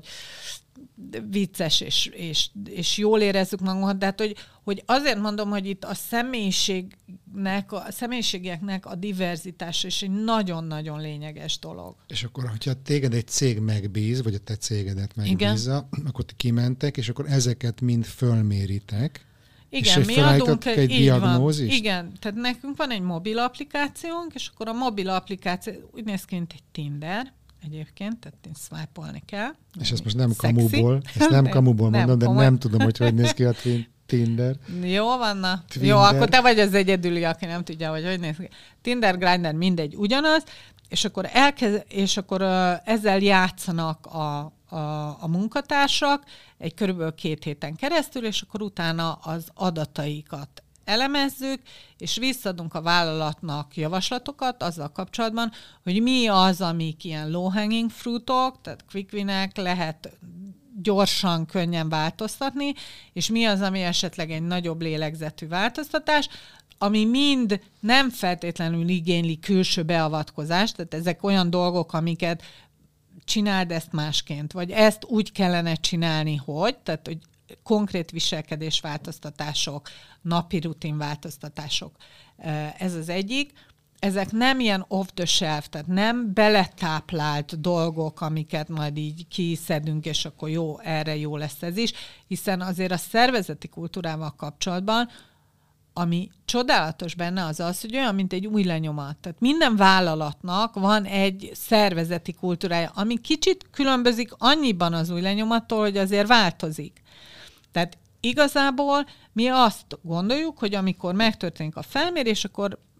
vicces, és, és, és jól érezzük magunkat, de hát, hogy, hogy azért mondom, hogy itt a személyiségnek, a személyiségeknek a diverzitása is egy nagyon-nagyon lényeges dolog. És akkor, hogyha téged egy cég megbíz, vagy a te cégedet megbízza, igen, akkor ti kimentek, és akkor ezeket mind fölméritek, igen, és mi adunk egy, egy diagnózist? Igen, tehát nekünk van egy mobil applikációnk, és akkor a mobil applikáció úgy néz ki, mint egy Tinder, egyébként, tehát én swipe-olni kell. És ezt most nem szexi. kamuból, ezt nem kamuból nem, mondom, de komoly. nem tudom, hogy hogy néz ki a Tinder. Jó van, na. Twinder. Jó, akkor te vagy az egyedüli, aki nem tudja, hogy hogy néz ki. Tinder, Grindr, mindegy, ugyanaz, és akkor, elkez, és akkor uh, ezzel játszanak a, a, a munkatársak egy körülbelül két héten keresztül, és akkor utána az adataikat elemezzük, és visszadunk a vállalatnak javaslatokat azzal kapcsolatban, hogy mi az, amik ilyen low-hanging fruitok, tehát quick winek lehet gyorsan, könnyen változtatni, és mi az, ami esetleg egy nagyobb lélegzetű változtatás, ami mind nem feltétlenül igényli külső beavatkozást, tehát ezek olyan dolgok, amiket csináld ezt másként, vagy ezt úgy kellene csinálni, hogy, tehát hogy konkrét viselkedésváltoztatások, napi rutin változtatások. Ez az egyik. Ezek nem ilyen off the shelf, tehát nem beletáplált dolgok, amiket majd így kiszedünk, és akkor jó, erre jó lesz ez is, hiszen azért a szervezeti kultúrával kapcsolatban, ami csodálatos benne az az, hogy olyan, mint egy új lenyomat. Tehát minden vállalatnak van egy szervezeti kultúrája, ami kicsit különbözik annyiban az új lenyomattól, hogy azért változik. Tehát igazából mi azt gondoljuk, hogy amikor megtörténik a felmérés, akkor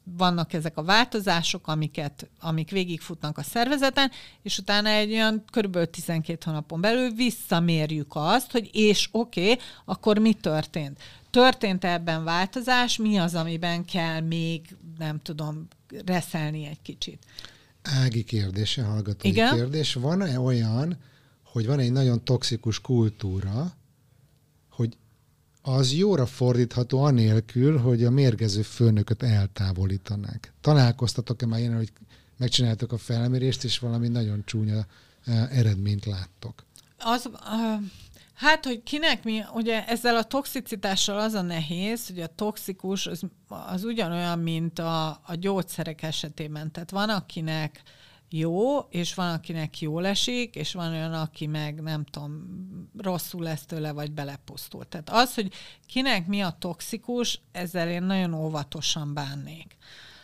vannak ezek a változások, amiket, amik végigfutnak a szervezeten, és utána egy olyan körülbelül tizenkét hónapon belül visszamérjük azt, hogy és oké, okay, akkor mi történt? Történt ebben változás, mi az, amiben kell még, nem tudom, reszelni egy kicsit? Ági kérdése, hallgatói Igen? kérdés. Van-e olyan, hogy van egy nagyon toxikus kultúra, hogy az jóra fordítható anélkül, hogy a mérgező főnököt eltávolítanák? Találkoztatok-e már ilyen, hogy megcsináltok a felmérést, és valami nagyon csúnya eredményt láttok? Az, uh, hát, hogy kinek mi, ugye ezzel a toxicitással az a nehéz, hogy a toxikus az, az ugyanolyan, mint a, a gyógyszerek esetében. Tehát van, akinek jó, és van, akinek jól esik, és van olyan, aki meg nem tudom, rosszul lesz tőle, vagy belepusztul. Tehát az, hogy kinek mi a toxikus, ezzel én nagyon óvatosan bánnék.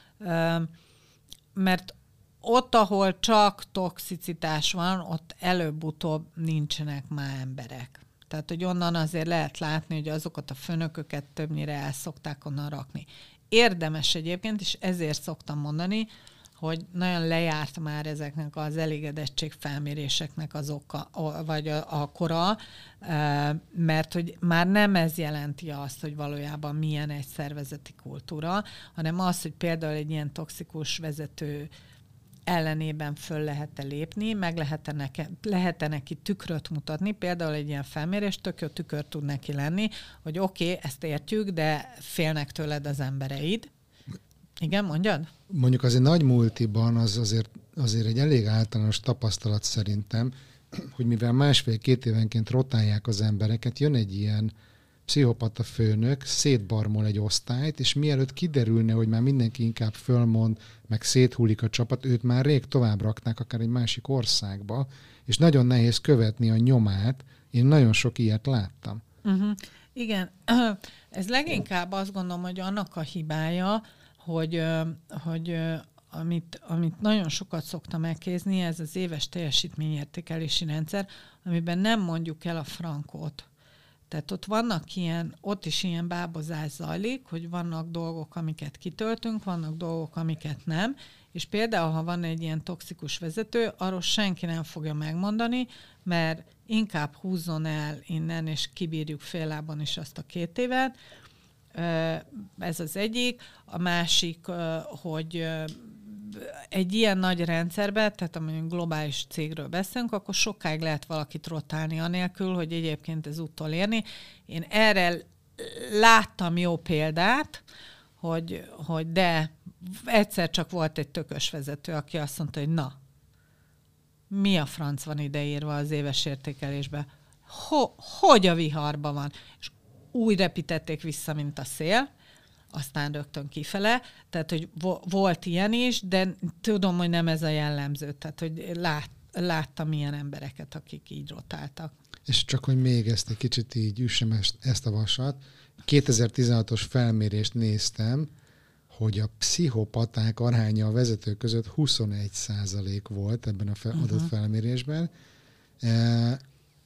Mert ott, ahol csak toxicitás van, ott előbb-utóbb nincsenek már emberek. Tehát, hogy onnan azért lehet látni, hogy azokat a főnököket többnyire el szokták onnan rakni. Érdemes egyébként, és ezért szoktam mondani, hogy nagyon lejárt már ezeknek az elégedettségfelméréseknek az oka, vagy a, a kora, mert hogy már nem ez jelenti azt, hogy valójában milyen egy szervezeti kultúra, hanem az, hogy például egy ilyen toxikus vezető ellenében föl lehet-e lépni, meg lehet-e neki, lehet-e neki tükröt mutatni, például egy ilyen felmérés tök jó tükör tud neki lenni, hogy oké, okay, ezt értjük, de félnek tőled az embereid. Igen, mondjad? Mondjuk azért nagy multiban az azért, azért egy elég általános tapasztalat szerintem, hogy mivel másfél-két évenként rotálják az embereket, jön egy ilyen pszichopata főnök, szétbarmol egy osztályt, és mielőtt kiderülne, hogy már mindenki inkább fölmond, meg széthullik a csapat, őt már rég tovább raknák akár egy másik országba, és nagyon nehéz követni a nyomát. Én nagyon sok ilyet láttam. Uh-huh. Igen, ez leginkább azt gondolom, hogy annak a hibája, hogy, hogy amit, amit nagyon sokat szoktam elkézni, ez az éves teljesítményértékelési rendszer, amiben nem mondjuk el a frankót. Tehát ott vannak ilyen, ott is ilyen bábozás zajlik, hogy vannak dolgok, amiket kitöltünk, vannak dolgok, amiket nem, és például, ha van egy ilyen toxikus vezető, arról senki nem fogja megmondani, mert inkább húzzon el innen, és kibírjuk fél lábon is azt a két évet. Ez az egyik. A másik, hogy egy ilyen nagy rendszerben, tehát amilyen globális cégről beszélünk, akkor sokáig lehet valakit rotálni anélkül, hogy egyébként ez utolérni. Én erre láttam jó példát, hogy, hogy de egyszer csak volt egy tökös vezető, aki azt mondta, hogy na, mi a franc van ideírva az éves értékelésbe? Ho, hogy a viharban van? És úgy repítették vissza, mint a szél, aztán rögtön kifele, tehát, hogy vo- volt ilyen is, de tudom, hogy nem ez a jellemző, tehát, hogy lát, láttam ilyen embereket, akik így rotáltak. És csak, hogy még ezt egy kicsit így üssem ezt a vasat, kétezer-tizenhatos felmérést néztem, hogy a pszichopaták aránya a vezetők között huszonegy százalék volt ebben a fel, adott uh-huh. felmérésben, e-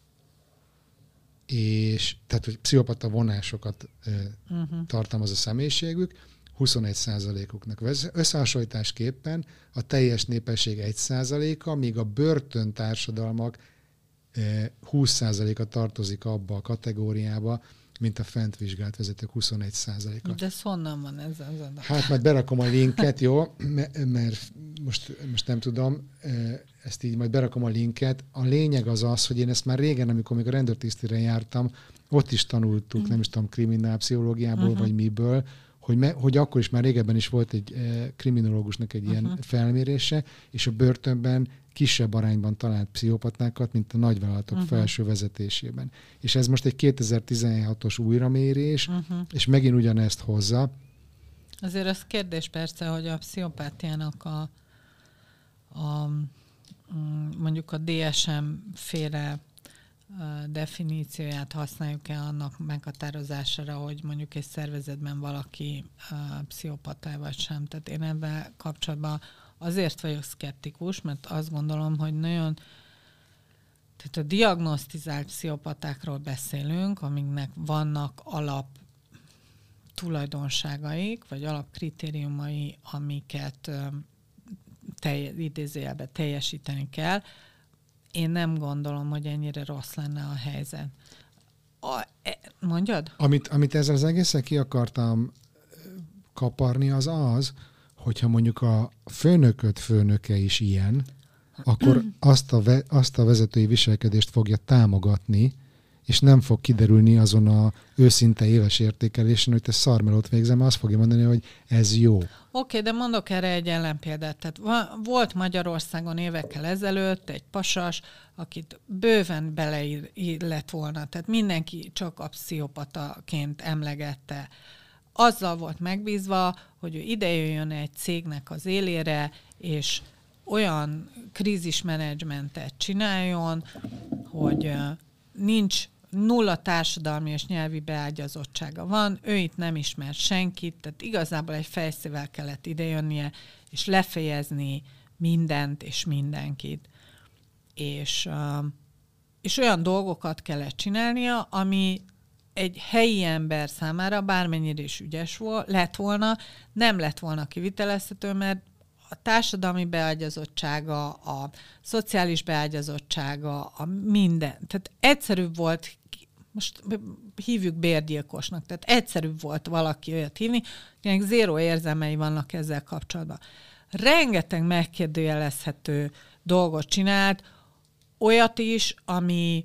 és tehát, hogy pszichopata vonásokat e, uh-huh. tartalmaz a személyiségük, huszonegy százalékuknak. Összehasonlításképpen a teljes népesség egy százaléka, míg a börtöntársadalmak e, húsz százaléka tartozik abba a kategóriába, mint a fent vizsgált vezetők huszonegy százaléka. De ez honnan van ez az adat? Hát majd berakom a linket, jó? Mert most, most nem tudom, ezt így majd berakom a linket. A lényeg az az, hogy én ezt már régen, amikor még a rendőrtisztire jártam, ott is tanultuk, mm. nem is tudom, kriminálpszichológiából, uh-huh. vagy miből, hogy, me, hogy akkor is már régebben is volt egy eh, kriminológusnak egy ilyen uh-huh. felmérése, és a börtönben kisebb arányban talált pszichopatákat, mint a nagyvállalatok uh-huh. felső vezetésében. És ez most egy kétezer-tizenhatos újramérés, uh-huh. és megint ugyanezt hozza. Azért az kérdés persze, hogy a pszichopátiának a, a mondjuk a dé es em féle definícióját használjuk-e annak meghatározására, hogy mondjuk egy szervezetben valaki uh, pszichopata vagy sem. Tehát én ebben kapcsolatban azért vagyok szkeptikus, mert azt gondolom, hogy nagyon tehát a diagnosztizált pszichopatákról beszélünk, amiknek vannak alap alaptulajdonságaik, vagy alapkritériumai, amiket telj, idézőjelben teljesíteni kell, én nem gondolom, hogy ennyire rossz lenne a helyzet. A, mondjad? Amit, amit ezzel az egészen ki akartam kaparni, az az, hogyha mondjuk a főnököd főnöke is ilyen, akkor azt a, ve, azt a vezetői viselkedést fogja támogatni, és nem fog kiderülni azon a őszinte éves értékelésen, hogy te szarmelót végzem, mert azt fogja mondani, hogy ez jó. Oké, okay, de mondok erre egy ellenpéldát. Tehát volt Magyarországon évekkel ezelőtt egy pasas, akit bőven beleillett volna. Tehát mindenki csak a pszichopataként emlegette. Azzal volt megbízva, hogy ő idejöjjön egy cégnek az élére, és olyan krízismenedzsmentet csináljon, hogy nincs nulla társadalmi és nyelvi beágyazottsága van, ő itt nem ismer senkit, tehát igazából egy fejszével kellett idejönnie, és lefejezni mindent és mindenkit. És, és olyan dolgokat kellett csinálnia, ami egy helyi ember számára bármennyire is ügyes volt, lett volna, nem lett volna kivitelezhető, mert a társadalmi beágyazottsága, a szociális beágyazottsága, a minden. Tehát egyszerűbb volt, most hívjuk bérgyilkosnak, tehát egyszerűbb volt valaki olyat hívni, akinek zéró érzelmei vannak ezzel kapcsolatban. Rengeteg megkérdőjelezhető dolgot csinált, olyat is, ami,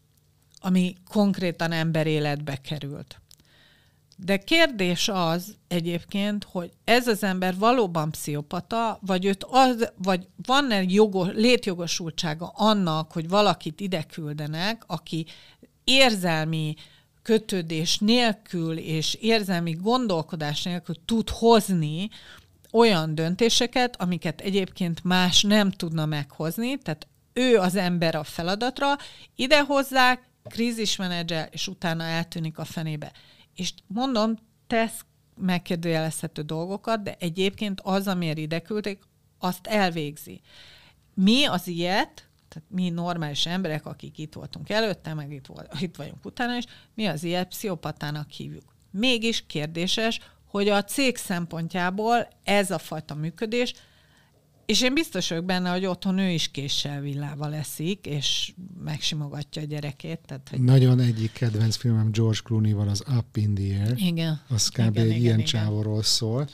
ami konkrétan emberéletbe került. De kérdés az egyébként, hogy ez az ember valóban pszichopata, vagy, őt az, vagy van-e jogos, létjogosultsága annak, hogy valakit ide küldenek, aki érzelmi kötődés nélkül és érzelmi gondolkodás nélkül tud hozni olyan döntéseket, amiket egyébként más nem tudna meghozni, tehát ő az ember a feladatra, ide hozzák, krízismenedzser, és utána eltűnik a fenébe. És mondom, tesz megkérdőjelezhető dolgokat, de egyébként az, amiért ide küldték, azt elvégzi. Mi az ilyet, tehát mi normális emberek, akik itt voltunk előtte, meg itt, volt, itt vagyunk utána is, mi az ilyet pszichopatának hívjuk. Mégis kérdéses, hogy a cég szempontjából ez a fajta működés, és én biztos vagyok benne, hogy otthon ő is késsel villával eszik, és megsimogatja a gyerekét. Tehát, hogy... Nagyon egyik kedvenc filmem George Clooney-val, az Up in the Air. Igen. Az kb. Igen, egy igen, ilyen igen. Csávorról szól.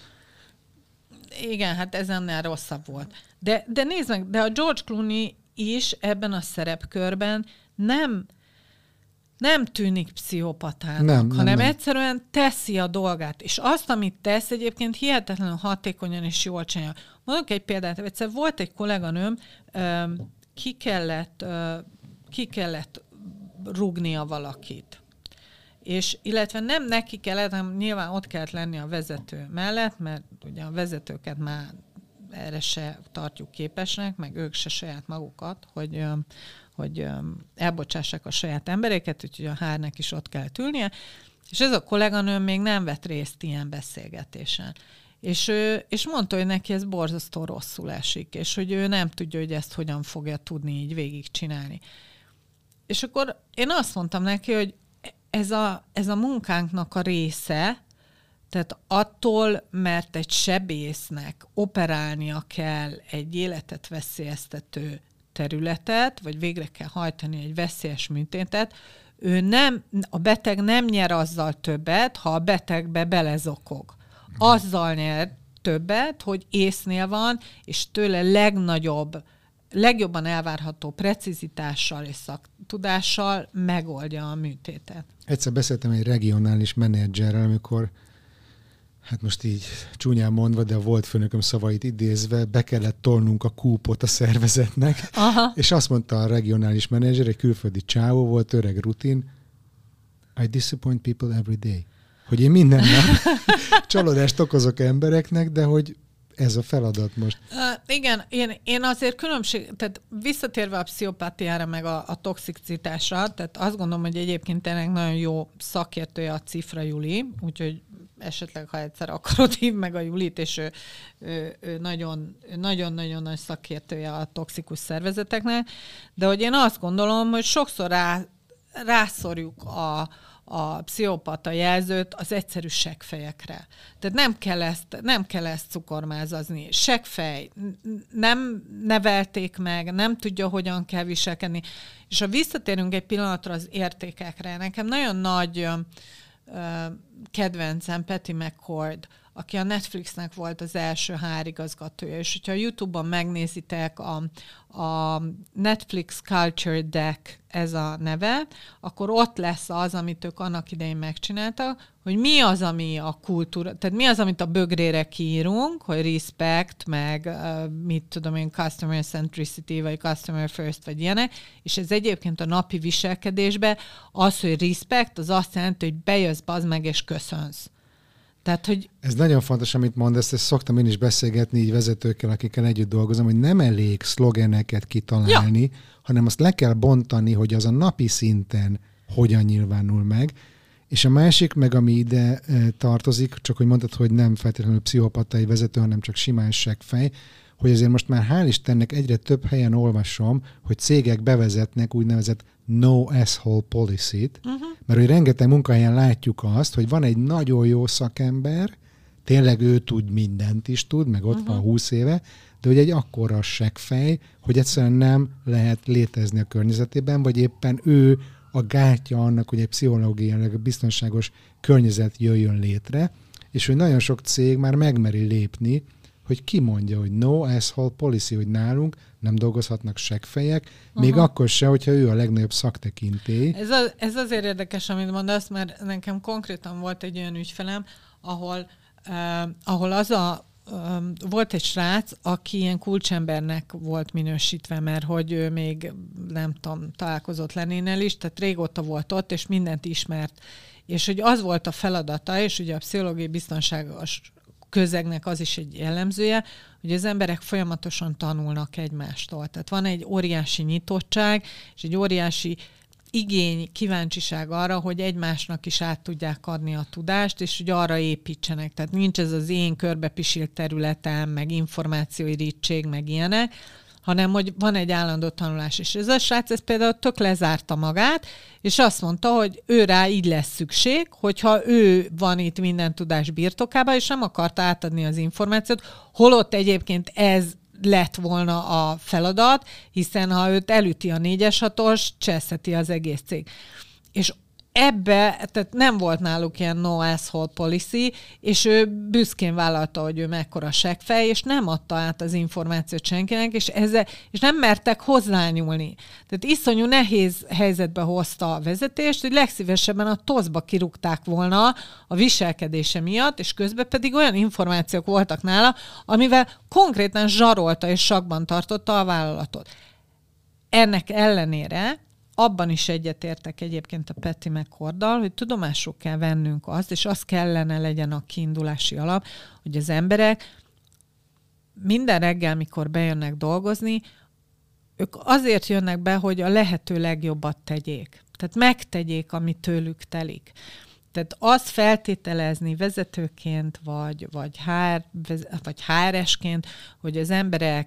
Igen, hát ez ennél rosszabb volt. De, de nézd meg, de a George Clooney is ebben a szerepkörben nem, nem tűnik pszichopatának, nem, hanem nem, nem. egyszerűen teszi a dolgát. És azt, amit tesz, egyébként hihetetlenül hatékonyan és jól csinálja. Mondok egy példát, egyszer volt egy kolléganőm, ki kellett, ki kellett rúgnia valakit. És illetve nem neki kellett, hanem nyilván ott kellett lenni a vezető mellett, mert ugye a vezetőket már erre se tartjuk képesnek, meg ők se saját magukat, hogy, hogy elbocsássák a saját embereket, úgyhogy a hárnek is ott kell ülnie. És ez a kolléganőm még nem vett részt ilyen beszélgetésen. És, ő, és mondta, hogy neki ez borzasztó rosszul esik, és hogy ő nem tudja, hogy ezt hogyan fogja tudni így végigcsinálni. És akkor én azt mondtam neki, hogy ez a, ez a munkánknak a része, tehát attól, mert egy sebésznek operálnia kell egy életet veszélyeztető területet, vagy végre kell hajtani egy veszélyes műtétet, ő nem, a beteg nem nyer azzal többet, ha a betegbe belezokog. Azzal nyer többet, hogy észnél van, és tőle legnagyobb, legjobban elvárható precizitással és szaktudással megoldja a műtétet. Egyszer beszéltem egy regionális menedzserrel, amikor, hát most így csúnyán mondva, de a volt főnököm szavait idézve, be kellett tolnunk a kúpot a szervezetnek, aha. És azt mondta a regionális menedzser, egy külföldi csávó volt, öreg rutin, I disappoint people every day. Hogy én minden nap csalódást okozok embereknek, de hogy ez a feladat most. Uh, igen, én, én azért különbség, tehát visszatérve a pszichopátiára, meg a, a toxicitásra, tehát azt gondolom, hogy egyébként ennek nagyon jó szakértője a Cifra Juli, úgyhogy esetleg, ha egyszer akarod, hív meg a Julit, és ő, ő, ő nagyon, nagyon-nagyon nagy szakértője a toxikus szervezeteknek, de hogy én azt gondolom, hogy sokszor rá, rászorjuk a a pszichopata jelzőt az egyszerű seggfejekre. Tehát nem kell ezt, nem kell ezt cukormázazni. Seggfej, nem nevelték meg, nem tudja, hogyan kell viselkedni. És ha visszatérünk egy pillanatra az értékekre, nekem nagyon nagy ö, ö, kedvencem Patty McCord, aki a Netflixnek volt az első hárigazgatója, és hogyha a YouTube-on megnézitek a, a Netflix Culture Deck, ez a neve, akkor ott lesz az, amit ők annak idején megcsináltak, hogy mi az, ami a kultúra, tehát mi az, amit a bögrére kiírunk, hogy respect, meg uh, mit tudom én, customer centricity, vagy customer first, vagy ilyenek, és ez egyébként a napi viselkedésben az, hogy respect, az azt jelenti, hogy bejössz, bazd meg, és köszönsz. Tehát, hogy... Ez nagyon fontos, amit mondasz, ezt szoktam én is beszélgetni így vezetőkkel, akikkel együtt dolgozom, hogy nem elég szlogeneket kitalálni, ja. hanem azt le kell bontani, hogy az a napi szinten hogyan nyilvánul meg. És a másik, meg ami ide e, tartozik, csak hogy mondtad, hogy nem feltétlenül pszichopatai vezető, hanem csak simán seggfej, hogy azért most már hál' Istennek egyre több helyen olvasom, hogy cégek bevezetnek úgynevezett no asshole policy-t, uh-huh. mert hogy rengeteg munkahelyen látjuk azt, hogy van egy nagyon jó szakember, tényleg ő tud mindent is tud, meg ott uh-huh. van húsz éve, de hogy egy akkora seggfej, hogy egyszerűen nem lehet létezni a környezetében, vagy éppen ő a gátja annak, hogy egy pszichológiailag biztonságos környezet jöjjön létre, és hogy nagyon sok cég már megmeri lépni, hogy ki mondja, hogy no asshole policy, hogy nálunk nem dolgozhatnak seggfejek, uh-huh. még akkor se, hogyha ő a legnagyobb szaktekintély. Ez, a, ez azért érdekes, amit mondasz, mert nekem konkrétan volt egy olyan ügyfelem, ahol, uh, ahol az a uh, volt egy srác, aki ilyen kulcsembernek volt minősítve, mert hogy ő még, nem tudom, találkozott Leninnel is, tehát régóta volt ott, és mindent ismert. És hogy az volt a feladata, és ugye a pszichológiai biztonságos közegnek az is egy jellemzője, hogy az emberek folyamatosan tanulnak egymástól. Tehát van egy óriási nyitottság, és egy óriási igény, kíváncsiság arra, hogy egymásnak is át tudják adni a tudást, és hogy arra építsenek. Tehát nincs ez az én körbepisilt területem, meg információirítség, meg ilyenek, hanem hogy van egy állandó tanulás. És ez a srác, ez például tök lezárta magát, és azt mondta, hogy ő rá így lesz szükség, hogyha ő van itt minden tudás birtokában, és nem akarta átadni az információt, holott egyébként ez lett volna a feladat, hiszen ha őt elüti a négyes hatos, cseszheti az egész cég. És ebbe, tehát nem volt náluk ilyen no asshole policy, és ő büszkén vállalta, hogy ő mekkora seggfej, és nem adta át az információt senkinek, és, ezzel, és nem mertek hozzányúlni. Tehát iszonyú nehéz helyzetbe hozta a vezetést, hogy legszívesebben a toszba kirúgták volna a viselkedése miatt, és közben pedig olyan információk voltak nála, amivel konkrétan zsarolta és sakban tartotta a vállalatot. Ennek ellenére abban is egyetértek egyébként a Patty McCorddal, hogy tudomásul kell vennünk azt, és az kellene legyen a kiindulási alap, hogy az emberek minden reggel, mikor bejönnek dolgozni, ők azért jönnek be, hogy a lehető legjobbat tegyék. Tehát megtegyék, ami tőlük telik. Tehát azt feltételezni vezetőként, vagy, vagy, há er, vagy há er es-ként, hogy az emberek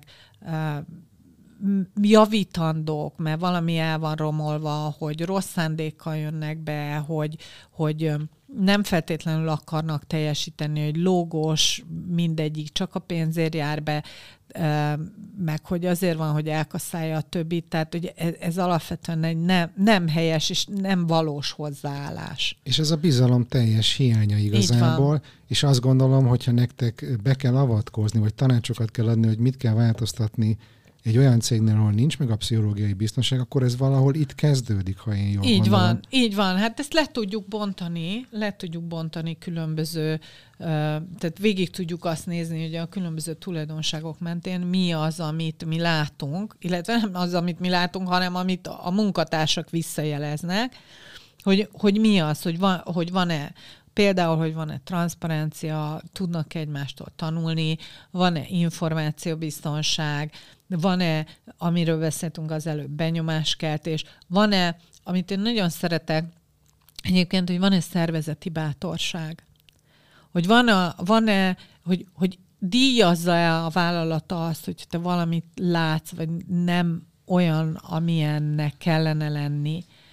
javítandók, mert valami el van romolva, hogy rossz szándékkal jönnek be, hogy, hogy nem feltétlenül akarnak teljesíteni, hogy lógós mindegyik, csak a pénzért jár be, meg hogy azért van, hogy elkasszálja a többit, tehát hogy ez, ez alapvetően egy nem, nem helyes és nem valós hozzáállás. És ez a bizalom teljes hiánya igazából, és azt gondolom, hogyha nektek be kell avatkozni, vagy tanácsokat kell adni, hogy mit kell változtatni egy olyan cégnél, ahol nincs meg a pszichológiai biztonság, akkor ez valahol itt kezdődik, ha én jól így gondolom. Van, így van. Hát ezt le tudjuk bontani, le tudjuk bontani különböző, tehát végig tudjuk azt nézni, hogy a különböző tulajdonságok mentén mi az, amit mi látunk, illetve nem az, amit mi látunk, hanem amit a munkatársak visszajeleznek, hogy, hogy mi az, hogy, van, hogy van-e például, hogy van-e transzparencia, tudnak egymástól tanulni, van-e információbiztonság, van-e, amiről beszéltünk az előbb, benyomáskeltés, van-e, amit én nagyon szeretek egyébként, hogy van-e szervezeti bátorság. Hogy van-e, van-e hogy, hogy díjazza-e a vállalata azt, hogy te valamit látsz, vagy nem olyan, amilyennek kellene lenni,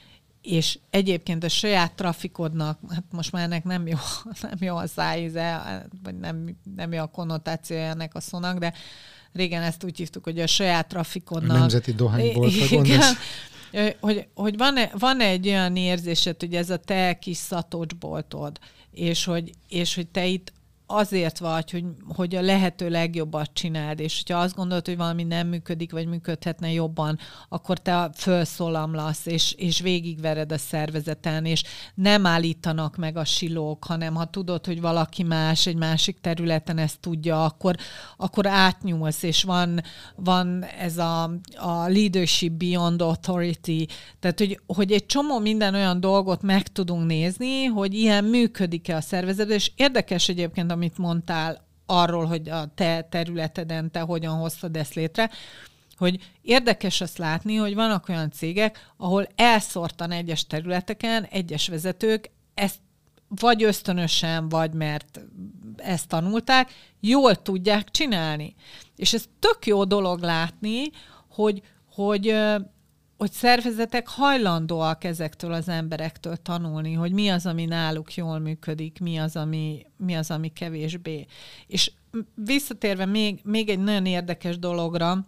és egyébként a saját trafikodnak, hát most már ennek nem jó, nem jó a szájíze, vagy nem, nem jó a konnotációja ennek a szónak, de régen ezt úgy hívtuk, hogy a saját trafikodnak... A nemzeti dohányboltra gondolsz? Hogy, hogy van, van egy olyan érzésed, hogy ez a te kis szatocsboltod, és hogy, és hogy te itt azért vagy, hogy, hogy a lehető legjobbat csináld, és hogyha azt gondolod, hogy valami nem működik, vagy működhetne jobban, akkor te fölszólamlasz, és, és végigvered a szervezeten, és nem állítanak meg a silók, hanem ha tudod, hogy valaki más, egy másik területen ezt tudja, akkor, akkor átnyúlsz, és van, van ez a, a leadership beyond authority, tehát hogy, hogy egy csomó minden olyan dolgot meg tudunk nézni, hogy ilyen működik-e a szervezetben, és érdekes egyébként, amit mondtál arról, hogy a te területeden te hogyan hoztad ezt létre, hogy érdekes azt látni, hogy vannak olyan cégek, ahol elszórtan egyes területeken egyes vezetők ezt vagy ösztönösen, vagy mert ezt tanulták, jól tudják csinálni. És ez tök jó dolog látni, hogy, hogy hogy szervezetek hajlandóak ezektől az emberektől tanulni, hogy mi az, ami náluk jól működik, mi az, ami, mi az, ami kevésbé. És visszatérve még, még egy nagyon érdekes dologra,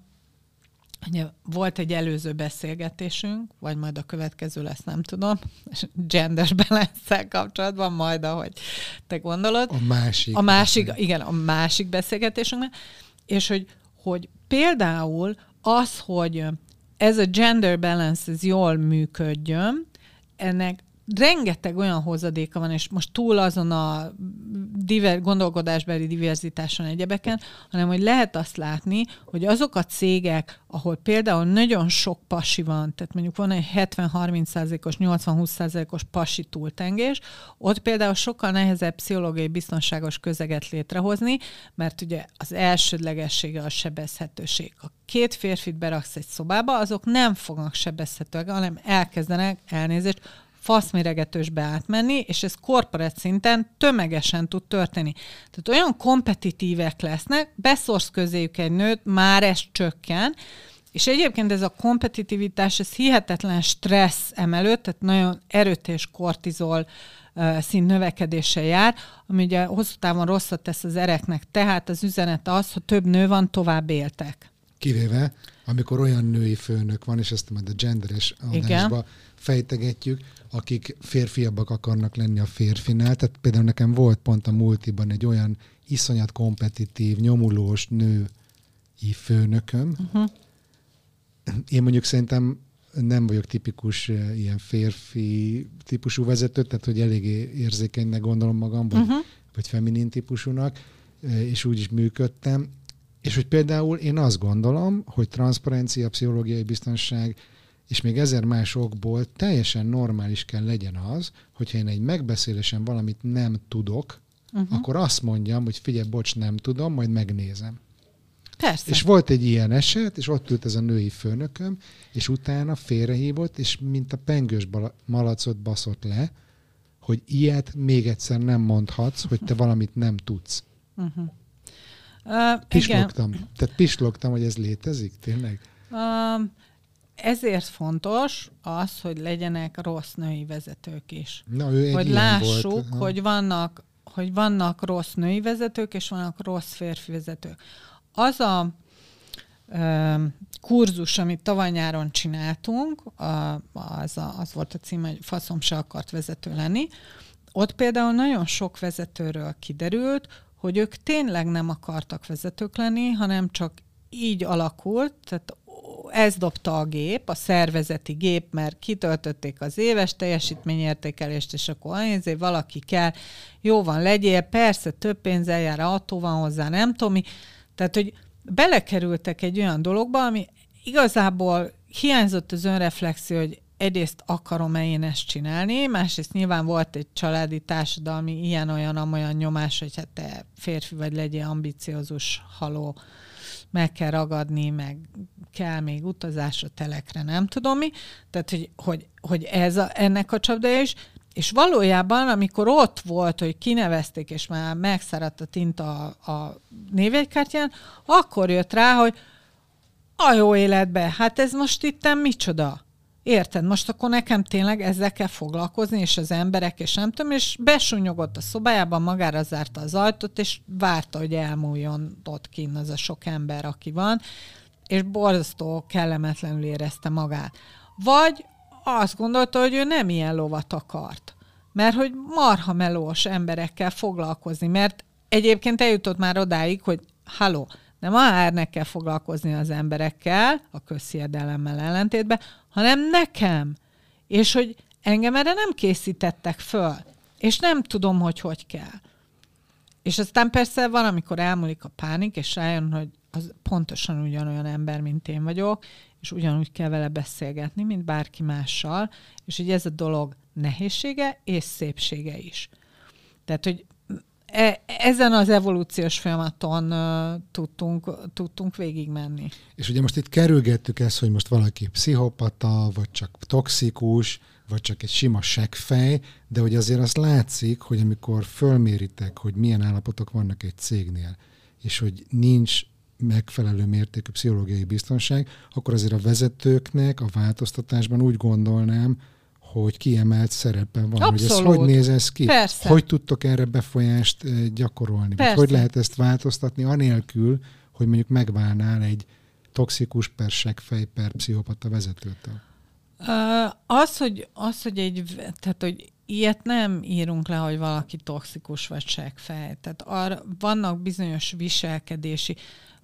ugye volt egy előző beszélgetésünk, vagy majd a következő lesz, nem tudom, gender balance-szel kapcsolatban, majd ahogy te gondolod. A másik. A másik, igen, a másik beszélgetésünkben, és hogy, hogy például az, hogy ez a gender balance ez jól működjön, ennek rengeteg olyan hozadéka van, és most túl azon a diver, gondolkodásbeli diverzitáson egyebeken, hanem hogy lehet azt látni, hogy azok a cégek, ahol például nagyon sok pasi van, tehát mondjuk van egy hetven-harminc százalékos, nyolcvan-húsz százalékos pasi túltengés, ott például sokkal nehezebb pszichológiai biztonságos közeget létrehozni, mert ugye az elsődlegessége a sebezhetőség. A két férfit beraksz egy szobába, azok nem fognak sebezhetőek, hanem elkezdenek elnézést, faszméregetősbe átmenni, és ez korporát szinten tömegesen tud történni. Tehát olyan kompetitívek lesznek, beszórsz közéjük egy nőt, már ez csökken, és egyébként ez a kompetitivitás, ez hihetetlen stressz emelő, tehát nagyon erőteljes kortizol uh, szint növekedéssel jár, ami ugye hosszú távon rosszat tesz az ereknek, tehát az üzenet az, ha több nő van, tovább éltek. Kivéve, amikor olyan női főnök van, és ezt majd a genderes adásba fejtegetjük, akik férfiabbak akarnak lenni a férfinál. Tehát például nekem volt pont a multiban egy olyan iszonyat kompetitív, nyomulós női főnököm. Uh-huh. Én mondjuk szerintem nem vagyok tipikus ilyen férfi típusú vezető, tehát hogy eléggé érzékenynek gondolom magam, vagy, uh-huh. vagy feminin típusúnak, és úgy is működtem. És hogy például én azt gondolom, hogy transzparencia, pszichológiai biztonság, és még ezer más okból teljesen normális kell legyen az, hogyha én egy megbeszélésen valamit nem tudok, uh-huh. akkor azt mondjam, hogy figyelj, bocs, nem tudom, majd megnézem. Persze. És volt egy ilyen eset, és ott ült ez a női főnököm, és utána félrehívott, és mint a pengős malacot baszott le, hogy ilyet még egyszer nem mondhatsz, hogy te valamit nem tudsz. Uh-huh. Uh, pislogtam. Igen. Tehát pislogtam, hogy ez létezik, tényleg? Uh, ezért fontos az, hogy legyenek rossz női vezetők is. Na, ő egy hogy lássuk, volt. hogy vannak, hogy vannak rossz női vezetők, és vannak rossz férfi vezetők. Az a uh, kurzus, amit tavaly nyáron csináltunk, uh, az, a, az volt a cím, hogy faszom se akart vezető lenni. Ott például nagyon sok vezetőről kiderült, hogy ők tényleg nem akartak vezetők lenni, hanem csak így alakult, tehát ez dobta a gép, a szervezeti gép, mert kitöltötték az éves teljesítményértékelést, és akkor azért valaki kell, jó van, legyél, persze több pénzzel jár, autó van hozzá, nem tudom mi. Tehát, hogy belekerültek egy olyan dologba, ami igazából hiányzott az önreflexió, hogy egyrészt akarom-e én ezt csinálni, másrészt nyilván volt egy családi társadalmi ilyen-olyan-amolyan nyomás, hogy hát te férfi vagy, legyél ambiciózus, haló, meg kell ragadni, meg kell még utazásra, telekre, nem tudom mi. Tehát, hogy, hogy, hogy ez a, ennek a csapdája is. És valójában, amikor ott volt, hogy kinevezték, és már megszáradt a tinta a, a névjegykártyán, akkor jött rá, hogy a jó életbe, hát ez most itten micsoda? Érted? Most akkor nekem tényleg ezzel kell foglalkozni, és az emberek, és nem tudom, és besúnyogott a szobájában, magára zárta az ajtót, és várta, hogy elmúljon ott kinn az a sok ember, aki van, és borzasztó kellemetlenül érezte magát. Vagy azt gondolta, hogy ő nem ilyen lovat akart. Mert hogy marha melós emberekkel foglalkozni, mert egyébként eljutott már odáig, hogy halló, nem a há er-nek kell foglalkozni az emberekkel, a közhiedelemmel ellentétben, hanem nekem. És hogy engem erre nem készítettek föl. És nem tudom, hogy hogy kell. És aztán persze van, amikor elmúlik a pánik, és rájön, hogy az pontosan ugyanolyan ember, mint én vagyok, és ugyanúgy kell vele beszélgetni, mint bárki mással, és hogy ez a dolog nehézsége és szépsége is. Tehát, hogy e- ezen az evolúciós folyamaton uh, tudtunk, tudtunk végigmenni. És ugye most itt kerülgettük ezt, hogy most valaki pszichopata, vagy csak toxikus, vagy csak egy sima seggfej, de hogy azért azt látszik, hogy amikor fölméritek, hogy milyen állapotok vannak egy cégnél, és hogy nincs megfelelő mértékű pszichológiai biztonság, akkor azért a vezetőknek a változtatásban úgy gondolnám, hogy kiemelt szerepe van. Abszolút. Hogy ez hogy néz ez ki? Persze. Hogy tudtok erre befolyást gyakorolni? Hogy lehet ezt változtatni anélkül, hogy mondjuk megválnál egy toxikus per seggfej per pszichopata vezetőtől? Uh, az, hogy, az, hogy egy, tehát, hogy ilyet nem írunk le, hogy valaki toxikus vagy seggfej. Tehát arra vannak bizonyos viselkedési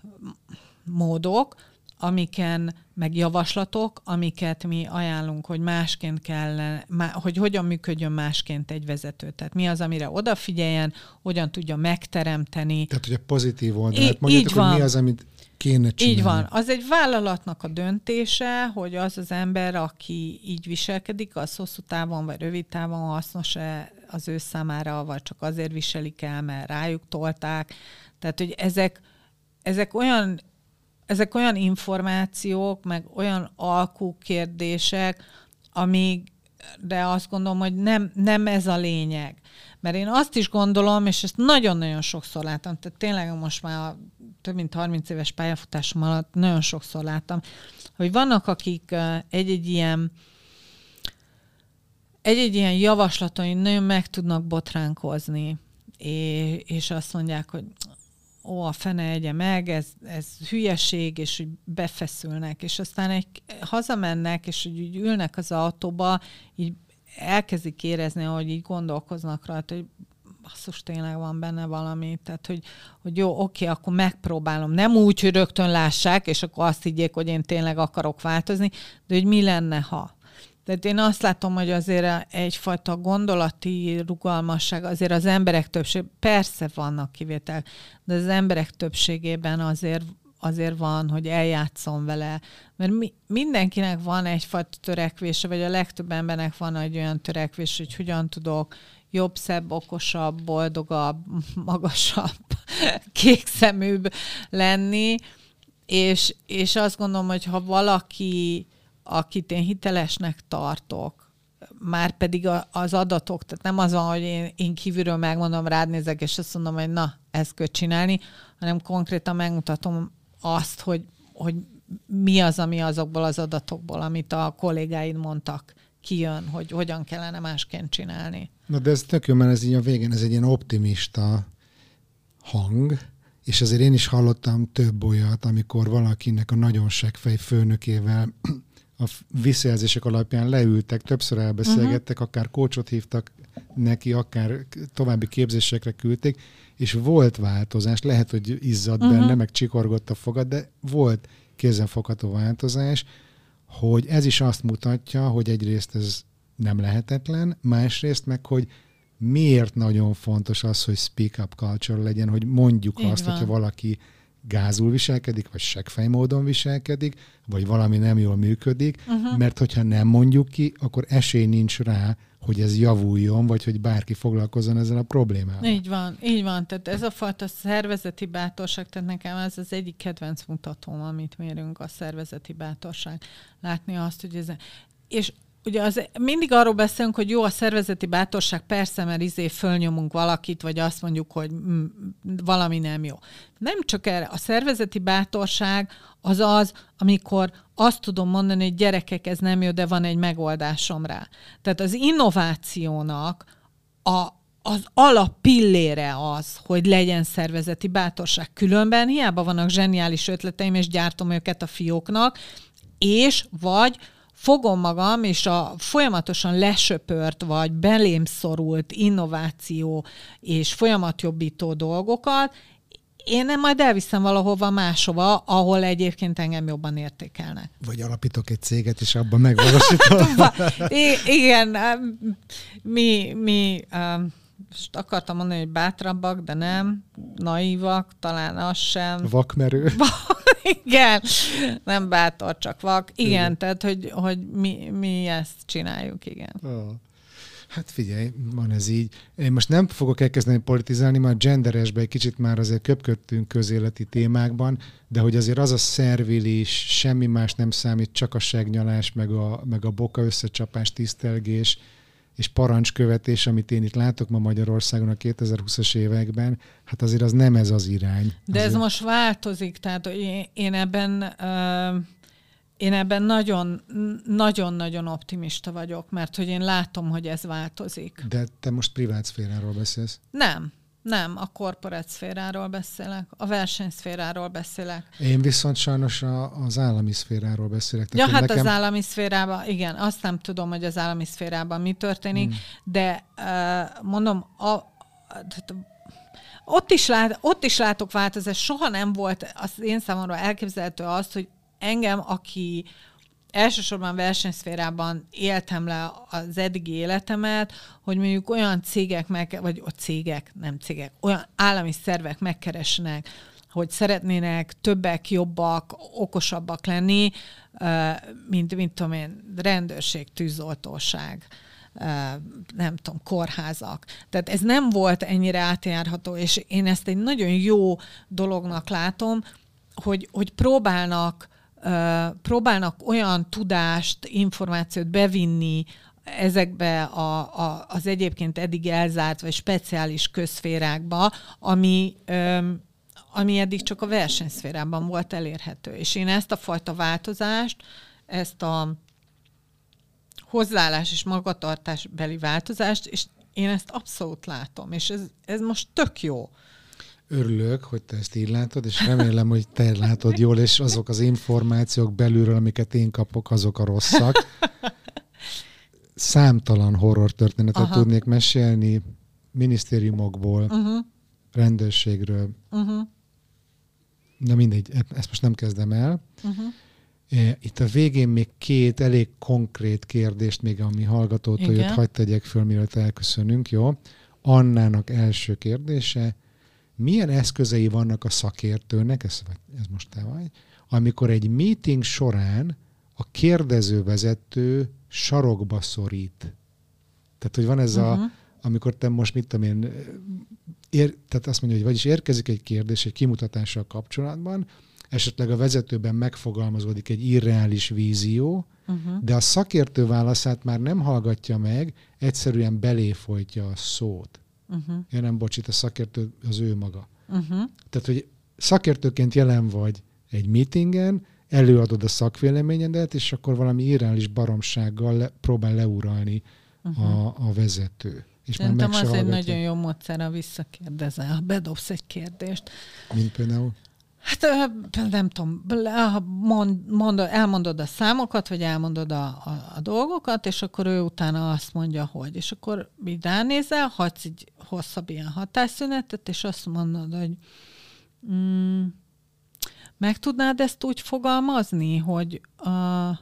módok, amiken, meg javaslatok, amiket mi ajánlunk, hogy másként kellene, hogy hogyan működjön másként egy vezető. Tehát mi az, amire odafigyeljen, hogyan tudja megteremteni. Tehát, hogy a pozitív oldalát mondjátok, hogy mi az, amit kéne csinálni. Így van. Az egy vállalatnak a döntése, hogy az az ember, aki így viselkedik, az hosszú távon vagy rövid távon hasznos-e az ő számára, vagy csak azért viselik el, mert rájuk tolták. Tehát, hogy ezek, ezek olyan Ezek olyan információk, meg olyan alkúkérdések, amire azt gondolom, hogy nem, nem ez a lényeg. Mert én azt is gondolom, és ezt nagyon-nagyon sokszor láttam, tehát tényleg most már több mint harminc éves pályafutásom alatt nagyon sokszor láttam, hogy vannak, akik egy-egy ilyen egy-egy ilyen javaslaton nagyon meg tudnak botránkozni, és azt mondják, hogy ó, a fene egye meg, ez, ez hülyeség, és úgy befeszülnek, és aztán egy, hazamennek, és úgy, úgy ülnek az autóba, így elkezdik érezni, hogy így gondolkoznak rajta, hogy basszus, tényleg van benne valami, tehát, hogy, hogy jó, oké, akkor megpróbálom. Nem úgy, hogy rögtön lássák, és akkor azt higgyék, hogy én tényleg akarok változni, de hogy mi lenne, ha. Tehát én azt látom, hogy azért egyfajta gondolati rugalmasság, azért az emberek többség, persze vannak kivételek, de az emberek többségében azért, azért van, hogy eljátszom vele. Mert mi, mindenkinek van egyfajta törekvése, vagy a legtöbb embernek van egy olyan törekvés, hogy hogyan tudok jobb, szebb, okosabb, boldogabb, magasabb, kékszeműbb lenni, és, és azt gondolom, hogy ha valaki, akit én hitelesnek tartok, már pedig az adatok, tehát nem az van, hogy én, én kívülről megmondom, rád nézek, és azt mondom, hogy na, ezt kell csinálni, hanem konkrétan megmutatom azt, hogy, hogy mi az, ami azokból az adatokból, amit a kollégáid mondtak, kijön, hogy hogyan kellene másként csinálni. Na de ez tök jó, mert ez így a végén, ez egy ilyen optimista hang, és azért én is hallottam több olyat, amikor valakinek a nagyon seggfej főnökével a visszajelzések alapján leültek, többször elbeszélgettek, uh-huh. akár coachot hívtak neki, akár további képzésekre küldték, és volt változás, lehet, hogy izzadt uh-huh. benne, meg csikorgott a fogad, de volt kézzelfogható változás, hogy ez is azt mutatja, hogy egyrészt ez nem lehetetlen, másrészt meg, hogy miért nagyon fontos az, hogy speak up culture legyen, hogy mondjuk így azt, van. Hogyha valaki gázul viselkedik, vagy seggfej módon viselkedik, vagy valami nem jól működik, uh-huh. mert hogyha nem mondjuk ki, akkor esély nincs rá, hogy ez javuljon, vagy hogy bárki foglalkozzon ezzel a problémával. Így van, így van. Tehát ez a fajta szervezeti bátorság, tehát nekem ez az egyik kedvenc mutatóm, amit mérünk, a szervezeti bátorság. Látni azt, hogy ez... És ugye az, mindig arról beszélünk, hogy jó a szervezeti bátorság, persze, mert izé fölnyomunk valakit, vagy azt mondjuk, hogy mm, valami nem jó. Nem csak erre. A szervezeti bátorság az az, amikor azt tudom mondani, hogy gyerekek, ez nem jó, de van egy megoldásom rá. Tehát az innovációnak a, az alappillére az, hogy legyen szervezeti bátorság. Különben hiába vannak zseniális ötleteim, és gyártom őket a fióknak, és vagy fogom magam, és a folyamatosan lesöpört, vagy belém szorult innováció és folyamatjobbító dolgokat, én nem majd elviszem valahova máshova, ahol egyébként engem jobban értékelnek. Vagy alapítok egy céget, és abban megvalósítom. I- igen, mi, mi most akartam mondani, hogy bátrabbak, de nem, naívak, talán az sem. Vakmerő. Igen, nem bátor, csak vak. Igen, igen. Tehát, hogy, hogy mi, mi ezt csináljuk, igen. Oh. Hát figyelj, van ez így. Én most nem fogok elkezdeni politizálni, már genderesbe egy kicsit már azért köpködtünk közéleti témákban, de hogy azért az a szervilés, semmi más nem számít, csak a segnyalás, meg a, meg a boka összecsapás, tisztelgés és parancskövetés, amit én itt látok ma Magyarországon a kétezer-húszas években, hát azért az nem ez az irány. De azért... ez most változik, tehát én ebben... Uh... Én ebben nagyon, nagyon-nagyon optimista vagyok, mert hogy én látom, hogy ez változik. De te most privát szféráról beszélsz? Nem, nem, a korporát szféráról beszélek, a versenyszféráról beszélek. Én viszont sajnos a, az állami szféráról beszélek. Tehát ja, hát nekem... az állami szférában, igen, azt nem tudom, hogy az állami szférában mi történik, hmm. de uh, mondom, a, a, ott, is lát, ott is látok változást, soha nem volt az én számomra elképzelhető az, hogy engem, aki elsősorban versenyszférában éltem le az eddigi életemet, hogy mondjuk olyan cégek, meg, vagy a cégek, nem cégek, olyan állami szervek megkeresnek, hogy szeretnének többek, jobbak, okosabbak lenni, mint, mint tudom én, rendőrség, tűzoltóság, nem tudom, kórházak. Tehát ez nem volt ennyire átjárható, és én ezt egy nagyon jó dolognak látom, hogy, hogy próbálnak Uh, próbálnak olyan tudást, információt bevinni ezekbe a, a, az egyébként eddig elzárt vagy speciális közszférákba, ami, um, ami eddig csak a versenyszférában volt elérhető. És én ezt a fajta változást, ezt a hozzáállás és magatartásbeli változást, és én ezt abszolút látom, és ez, ez most tök jó. Örülök, hogy te ezt így látod, és remélem, hogy te látod jól, és azok az információk belülről, amiket én kapok, azok a rosszak. Számtalan horror történetet Aha. tudnék mesélni minisztériumokból, uh-huh. rendőrségről. Uh-huh. Na mindegy, ezt most nem kezdem el. Uh-huh. Itt a végén még két elég konkrét kérdést, még ami hallgatótól jött, hagyd tegyek föl, mielőtt elköszönünk, jó? Annának első kérdése: milyen eszközei vannak a szakértőnek, ez, ez most te vagy, amikor egy meeting során a kérdezővezető sarokba szorít? Tehát, hogy van ez uh-huh. a, amikor te most, mit tudom én, ér, tehát azt mondja, hogy vagyis érkezik egy kérdés egy kimutatással kapcsolatban, esetleg a vezetőben megfogalmazódik egy irreális vízió, uh-huh. de a szakértő válaszát már nem hallgatja meg, egyszerűen belé folytja a szót. Uh-huh. Ja nem, bocs, itt a szakértő az ő maga. Uh-huh. Tehát, hogy szakértőként jelen vagy egy meetingen, előadod a szakvéleményedet, és akkor valami irreális baromsággal le, próbál leuralni uh-huh. a, a vezető. És szerintem az egy nagyon jó módszer, ha visszakérdezel, ha bedobsz egy kérdést. Mint például? Hát nem tudom, mond, mond, elmondod a számokat, vagy elmondod a, a, a dolgokat, és akkor ő utána azt mondja, hogy. És akkor így ránézel, hagysz egy hosszabb ilyen hatásszünetet, és azt mondod, hogy mm, meg tudnád ezt úgy fogalmazni, hogy, uh,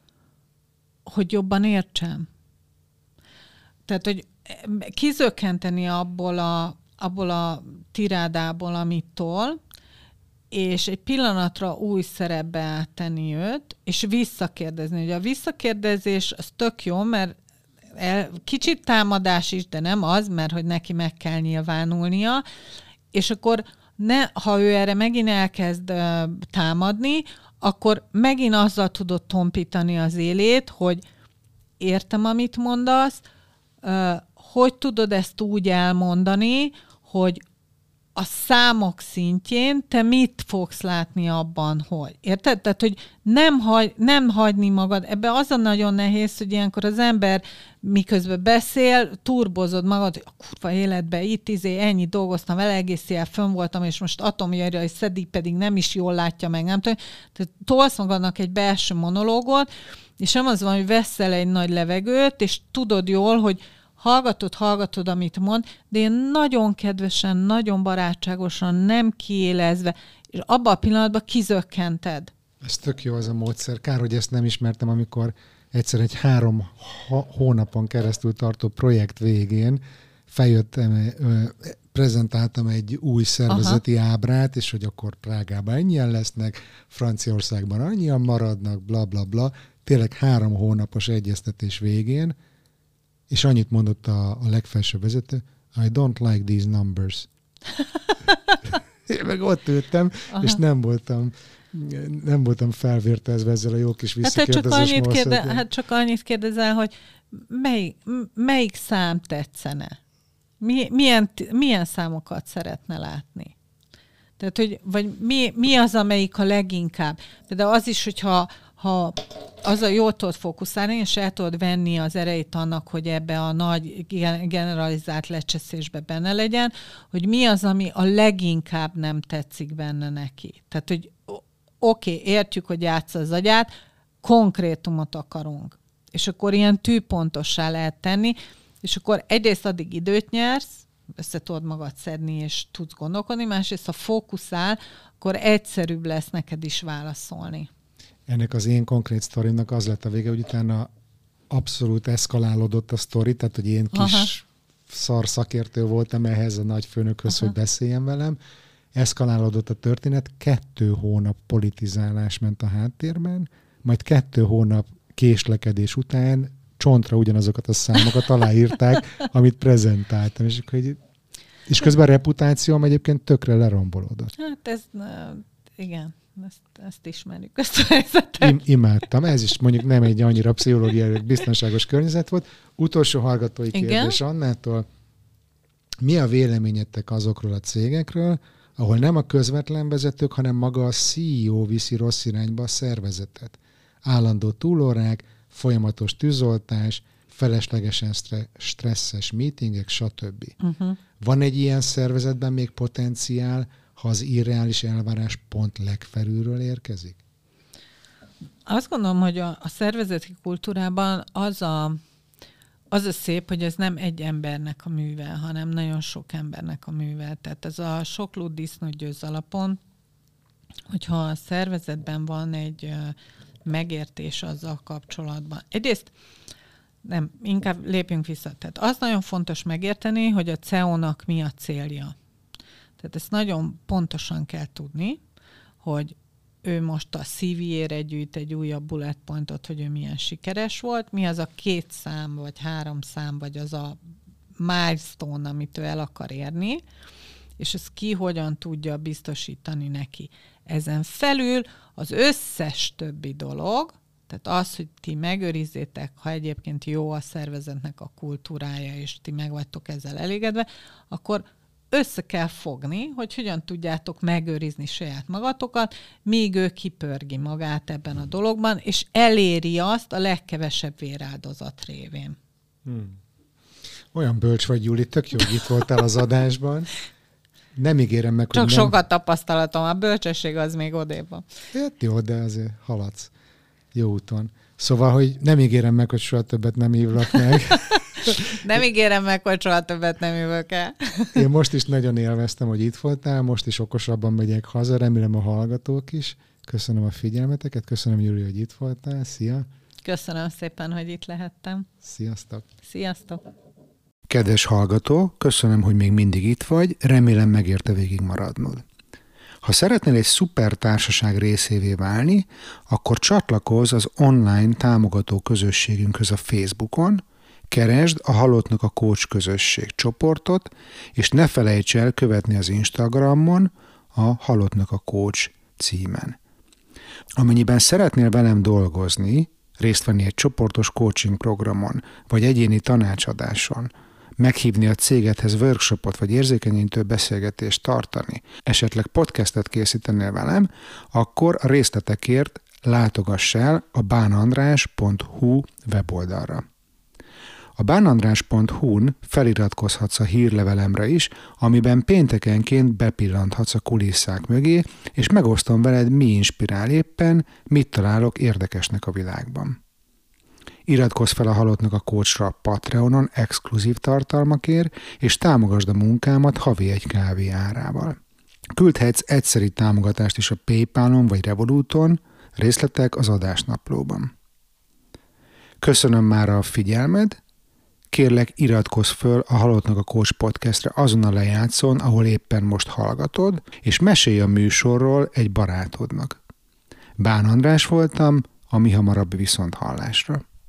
hogy jobban értsem. Tehát, hogy kizökkenteni abból a, abból a tirádából, amit tol, és egy pillanatra új szerepbe áttenni őt, és visszakérdezni. Ugye a visszakérdezés az tök jó, mert el, kicsit támadás is, de nem az, mert hogy neki meg kell nyilvánulnia, és akkor ne, ha ő erre megint elkezd uh, támadni, akkor megint azzal tudod tompítani az élét, hogy értem, amit mondasz, hogy tudod ezt úgy elmondani, hogy a számok szintjén te mit fogsz látni abban, hogy. Érted? Tehát, hogy nem, hagy, nem hagyni magad. Ebbe az a nagyon nehéz, hogy ilyenkor az ember miközben beszél, turbozod magad, hogy a kurva életben itt izé, ennyi dolgoztam vele, egész éjjel fönn voltam, és most atomjára, és Szedi pedig nem is jól látja meg, nem tudom. Tehát tolsz magadnak egy belső monológot, és nem az van, hogy veszel egy nagy levegőt, és tudod jól, hogy hallgatod, hallgatod, amit mond, de én nagyon kedvesen, nagyon barátságosan, nem kiélezve, és abban a pillanatban kizökkented. Ez tök jó az a módszer. Kár, hogy ezt nem ismertem, amikor egyszer egy három hónapon keresztül tartó projekt végén feljöttem, prezentáltam egy új szervezeti Aha. ábrát, és hogy akkor Prágában ennyien lesznek, Franciaországban annyian maradnak, bla bla bla. Tényleg három hónapos egyeztetés végén, és annyit mondott a, a legfelsőbb vezető, I don't like these numbers. Én meg ott ültem, Aha. és nem voltam, nem voltam felvértezve ezzel a jó kis visszakérdezés hát, kérde, hát csak annyit kérdezel, hogy mely, melyik szám tetszene? Mi, milyen, milyen számokat szeretne látni? Tehát, hogy, vagy mi, mi az, amelyik a leginkább? De az is, hogyha ha az a jól tudod fókuszálni, és el tudod venni az erejét annak, hogy ebbe a nagy generalizált lecseszésbe benne legyen, hogy mi az, ami a leginkább nem tetszik benne neki. Tehát, hogy oké, okay, értjük, hogy játsza az agyát, konkrétumot akarunk. És akkor ilyen tűpontossá lehet tenni, és akkor egyrészt addig időt nyersz, össze tudod magad szedni, és tudsz gondolkodni, másrészt ha fókuszál, akkor egyszerűbb lesz neked is válaszolni. Ennek az én konkrét sztorimnak az lett a vége, hogy utána abszolút eszkalálódott a sztori, tehát hogy én kis Aha. szar szakértő voltam ehhez a nagy főnökhöz, Aha. hogy beszéljen velem. Eszkalálódott a történet, kettő hónap politizálás ment a háttérben, majd kettő hónap késlekedés után csontra ugyanazokat a számokat aláírták, amit prezentáltam. És, és közben a reputációm egyébként tökre lerombolódott. Hát ez, igen. Ezt, ezt ismerjük, ezt a helyzetet. Im- imádtam. Ez is mondjuk nem egy annyira pszichológiai biztonságos környezet volt. Utolsó hallgatói Igen? kérdés Annától. Mi a véleményetek azokról a cégekről, ahol nem a közvetlen vezetők, hanem maga a cé e o viszi rossz irányba a szervezetet? Állandó túlórák, folyamatos tűzoltás, feleslegesen stre- stresszes meetingek, stb. Uh-huh. Van egy ilyen szervezetben még potenciál, ha az irreális elvárás pont legfelülről érkezik? Azt gondolom, hogy a, a szervezeti kultúrában az a, az a szép, hogy ez nem egy embernek a műve, hanem nagyon sok embernek a műve. Tehát ez a sok lúd disznót győz alapon, hogyha a szervezetben van egy uh, megértés azzal kapcsolatban. Egyrészt nem, inkább lépjünk vissza. Tehát az nagyon fontos megérteni, hogy a cé e o-nak mi a célja. Tehát ezt nagyon pontosan kell tudni, hogy ő most a cé vé-ére gyűjt egy újabb bullet pointot, hogy ő milyen sikeres volt, mi az a két szám, vagy három szám, vagy az a milestone, amit ő el akar érni, és ezt ki hogyan tudja biztosítani neki. Ezen felül az összes többi dolog, tehát az, hogy ti megőrizzétek, ha egyébként jó a szervezetnek a kultúrája, és ti meg vagytok ezzel elégedve, akkor össze kell fogni, hogy hogyan tudjátok megőrizni saját magatokat, míg ő kipörgi magát ebben a dologban, és eléri azt a legkevesebb véráldozat révén. Hmm. Olyan bölcs vagy, Juli, tök jó, hogy itt voltál az adásban. Nem ígérem meg, Csak hogy nem... Csak sokat tapasztalatom, a bölcsesség az még odébb van. Hát jó, de azért haladsz jó úton. Szóval, hogy nem ígérem meg, hogy soha többet nem hívlak meg. Nem ígérem meg, hogy soha többet nem jövök el. Én most is nagyon élveztem, hogy itt voltál, most is okosabban megyek haza, remélem a hallgatók is. Köszönöm a figyelmeteket, köszönöm, Júli, hogy itt voltál. Szia! Köszönöm szépen, hogy itt lehettem. Sziasztok! Sziasztok! Kedves hallgató, köszönöm, hogy még mindig itt vagy, remélem megérte végig maradnod. Ha szeretnél egy szuper társaság részévé válni, akkor csatlakozz az online támogató közösségünkhöz a Facebookon, keresd a Halottnak a Coach közösség csoportot, és ne felejts el követni az Instagramon a Halottnak a Coach címen. Amennyiben szeretnél velem dolgozni, részt venni egy csoportos coaching programon, vagy egyéni tanácsadáson, meghívni a cégedhez workshopot vagy érzékenyítő beszélgetést tartani, esetleg podcastet készítenél velem, akkor a részletekért látogass el a bánandrás pont hu weboldalra. A bánandrás pont hu-n feliratkozhatsz a hírlevelemre is, amiben péntekenként bepillanthatsz a kulisszák mögé, és megosztom veled, mi inspirál éppen, mit találok érdekesnek a világban. Iratkozz fel a Halottnak a Coachra Patreonon exkluzív tartalmakért, és támogasd a munkámat havi egy kávé árával. Küldhetsz egyszeri támogatást is a PayPal-on vagy Revoluton, részletek az adásnaplóban. Köszönöm már a figyelmed, kérlek iratkozz föl a Halottnak a Coach podcastre azon a lejátszón, ahol éppen most hallgatod, és mesélj a műsorról egy barátodnak. Bán András voltam, a mi hamarabb viszonthallásra.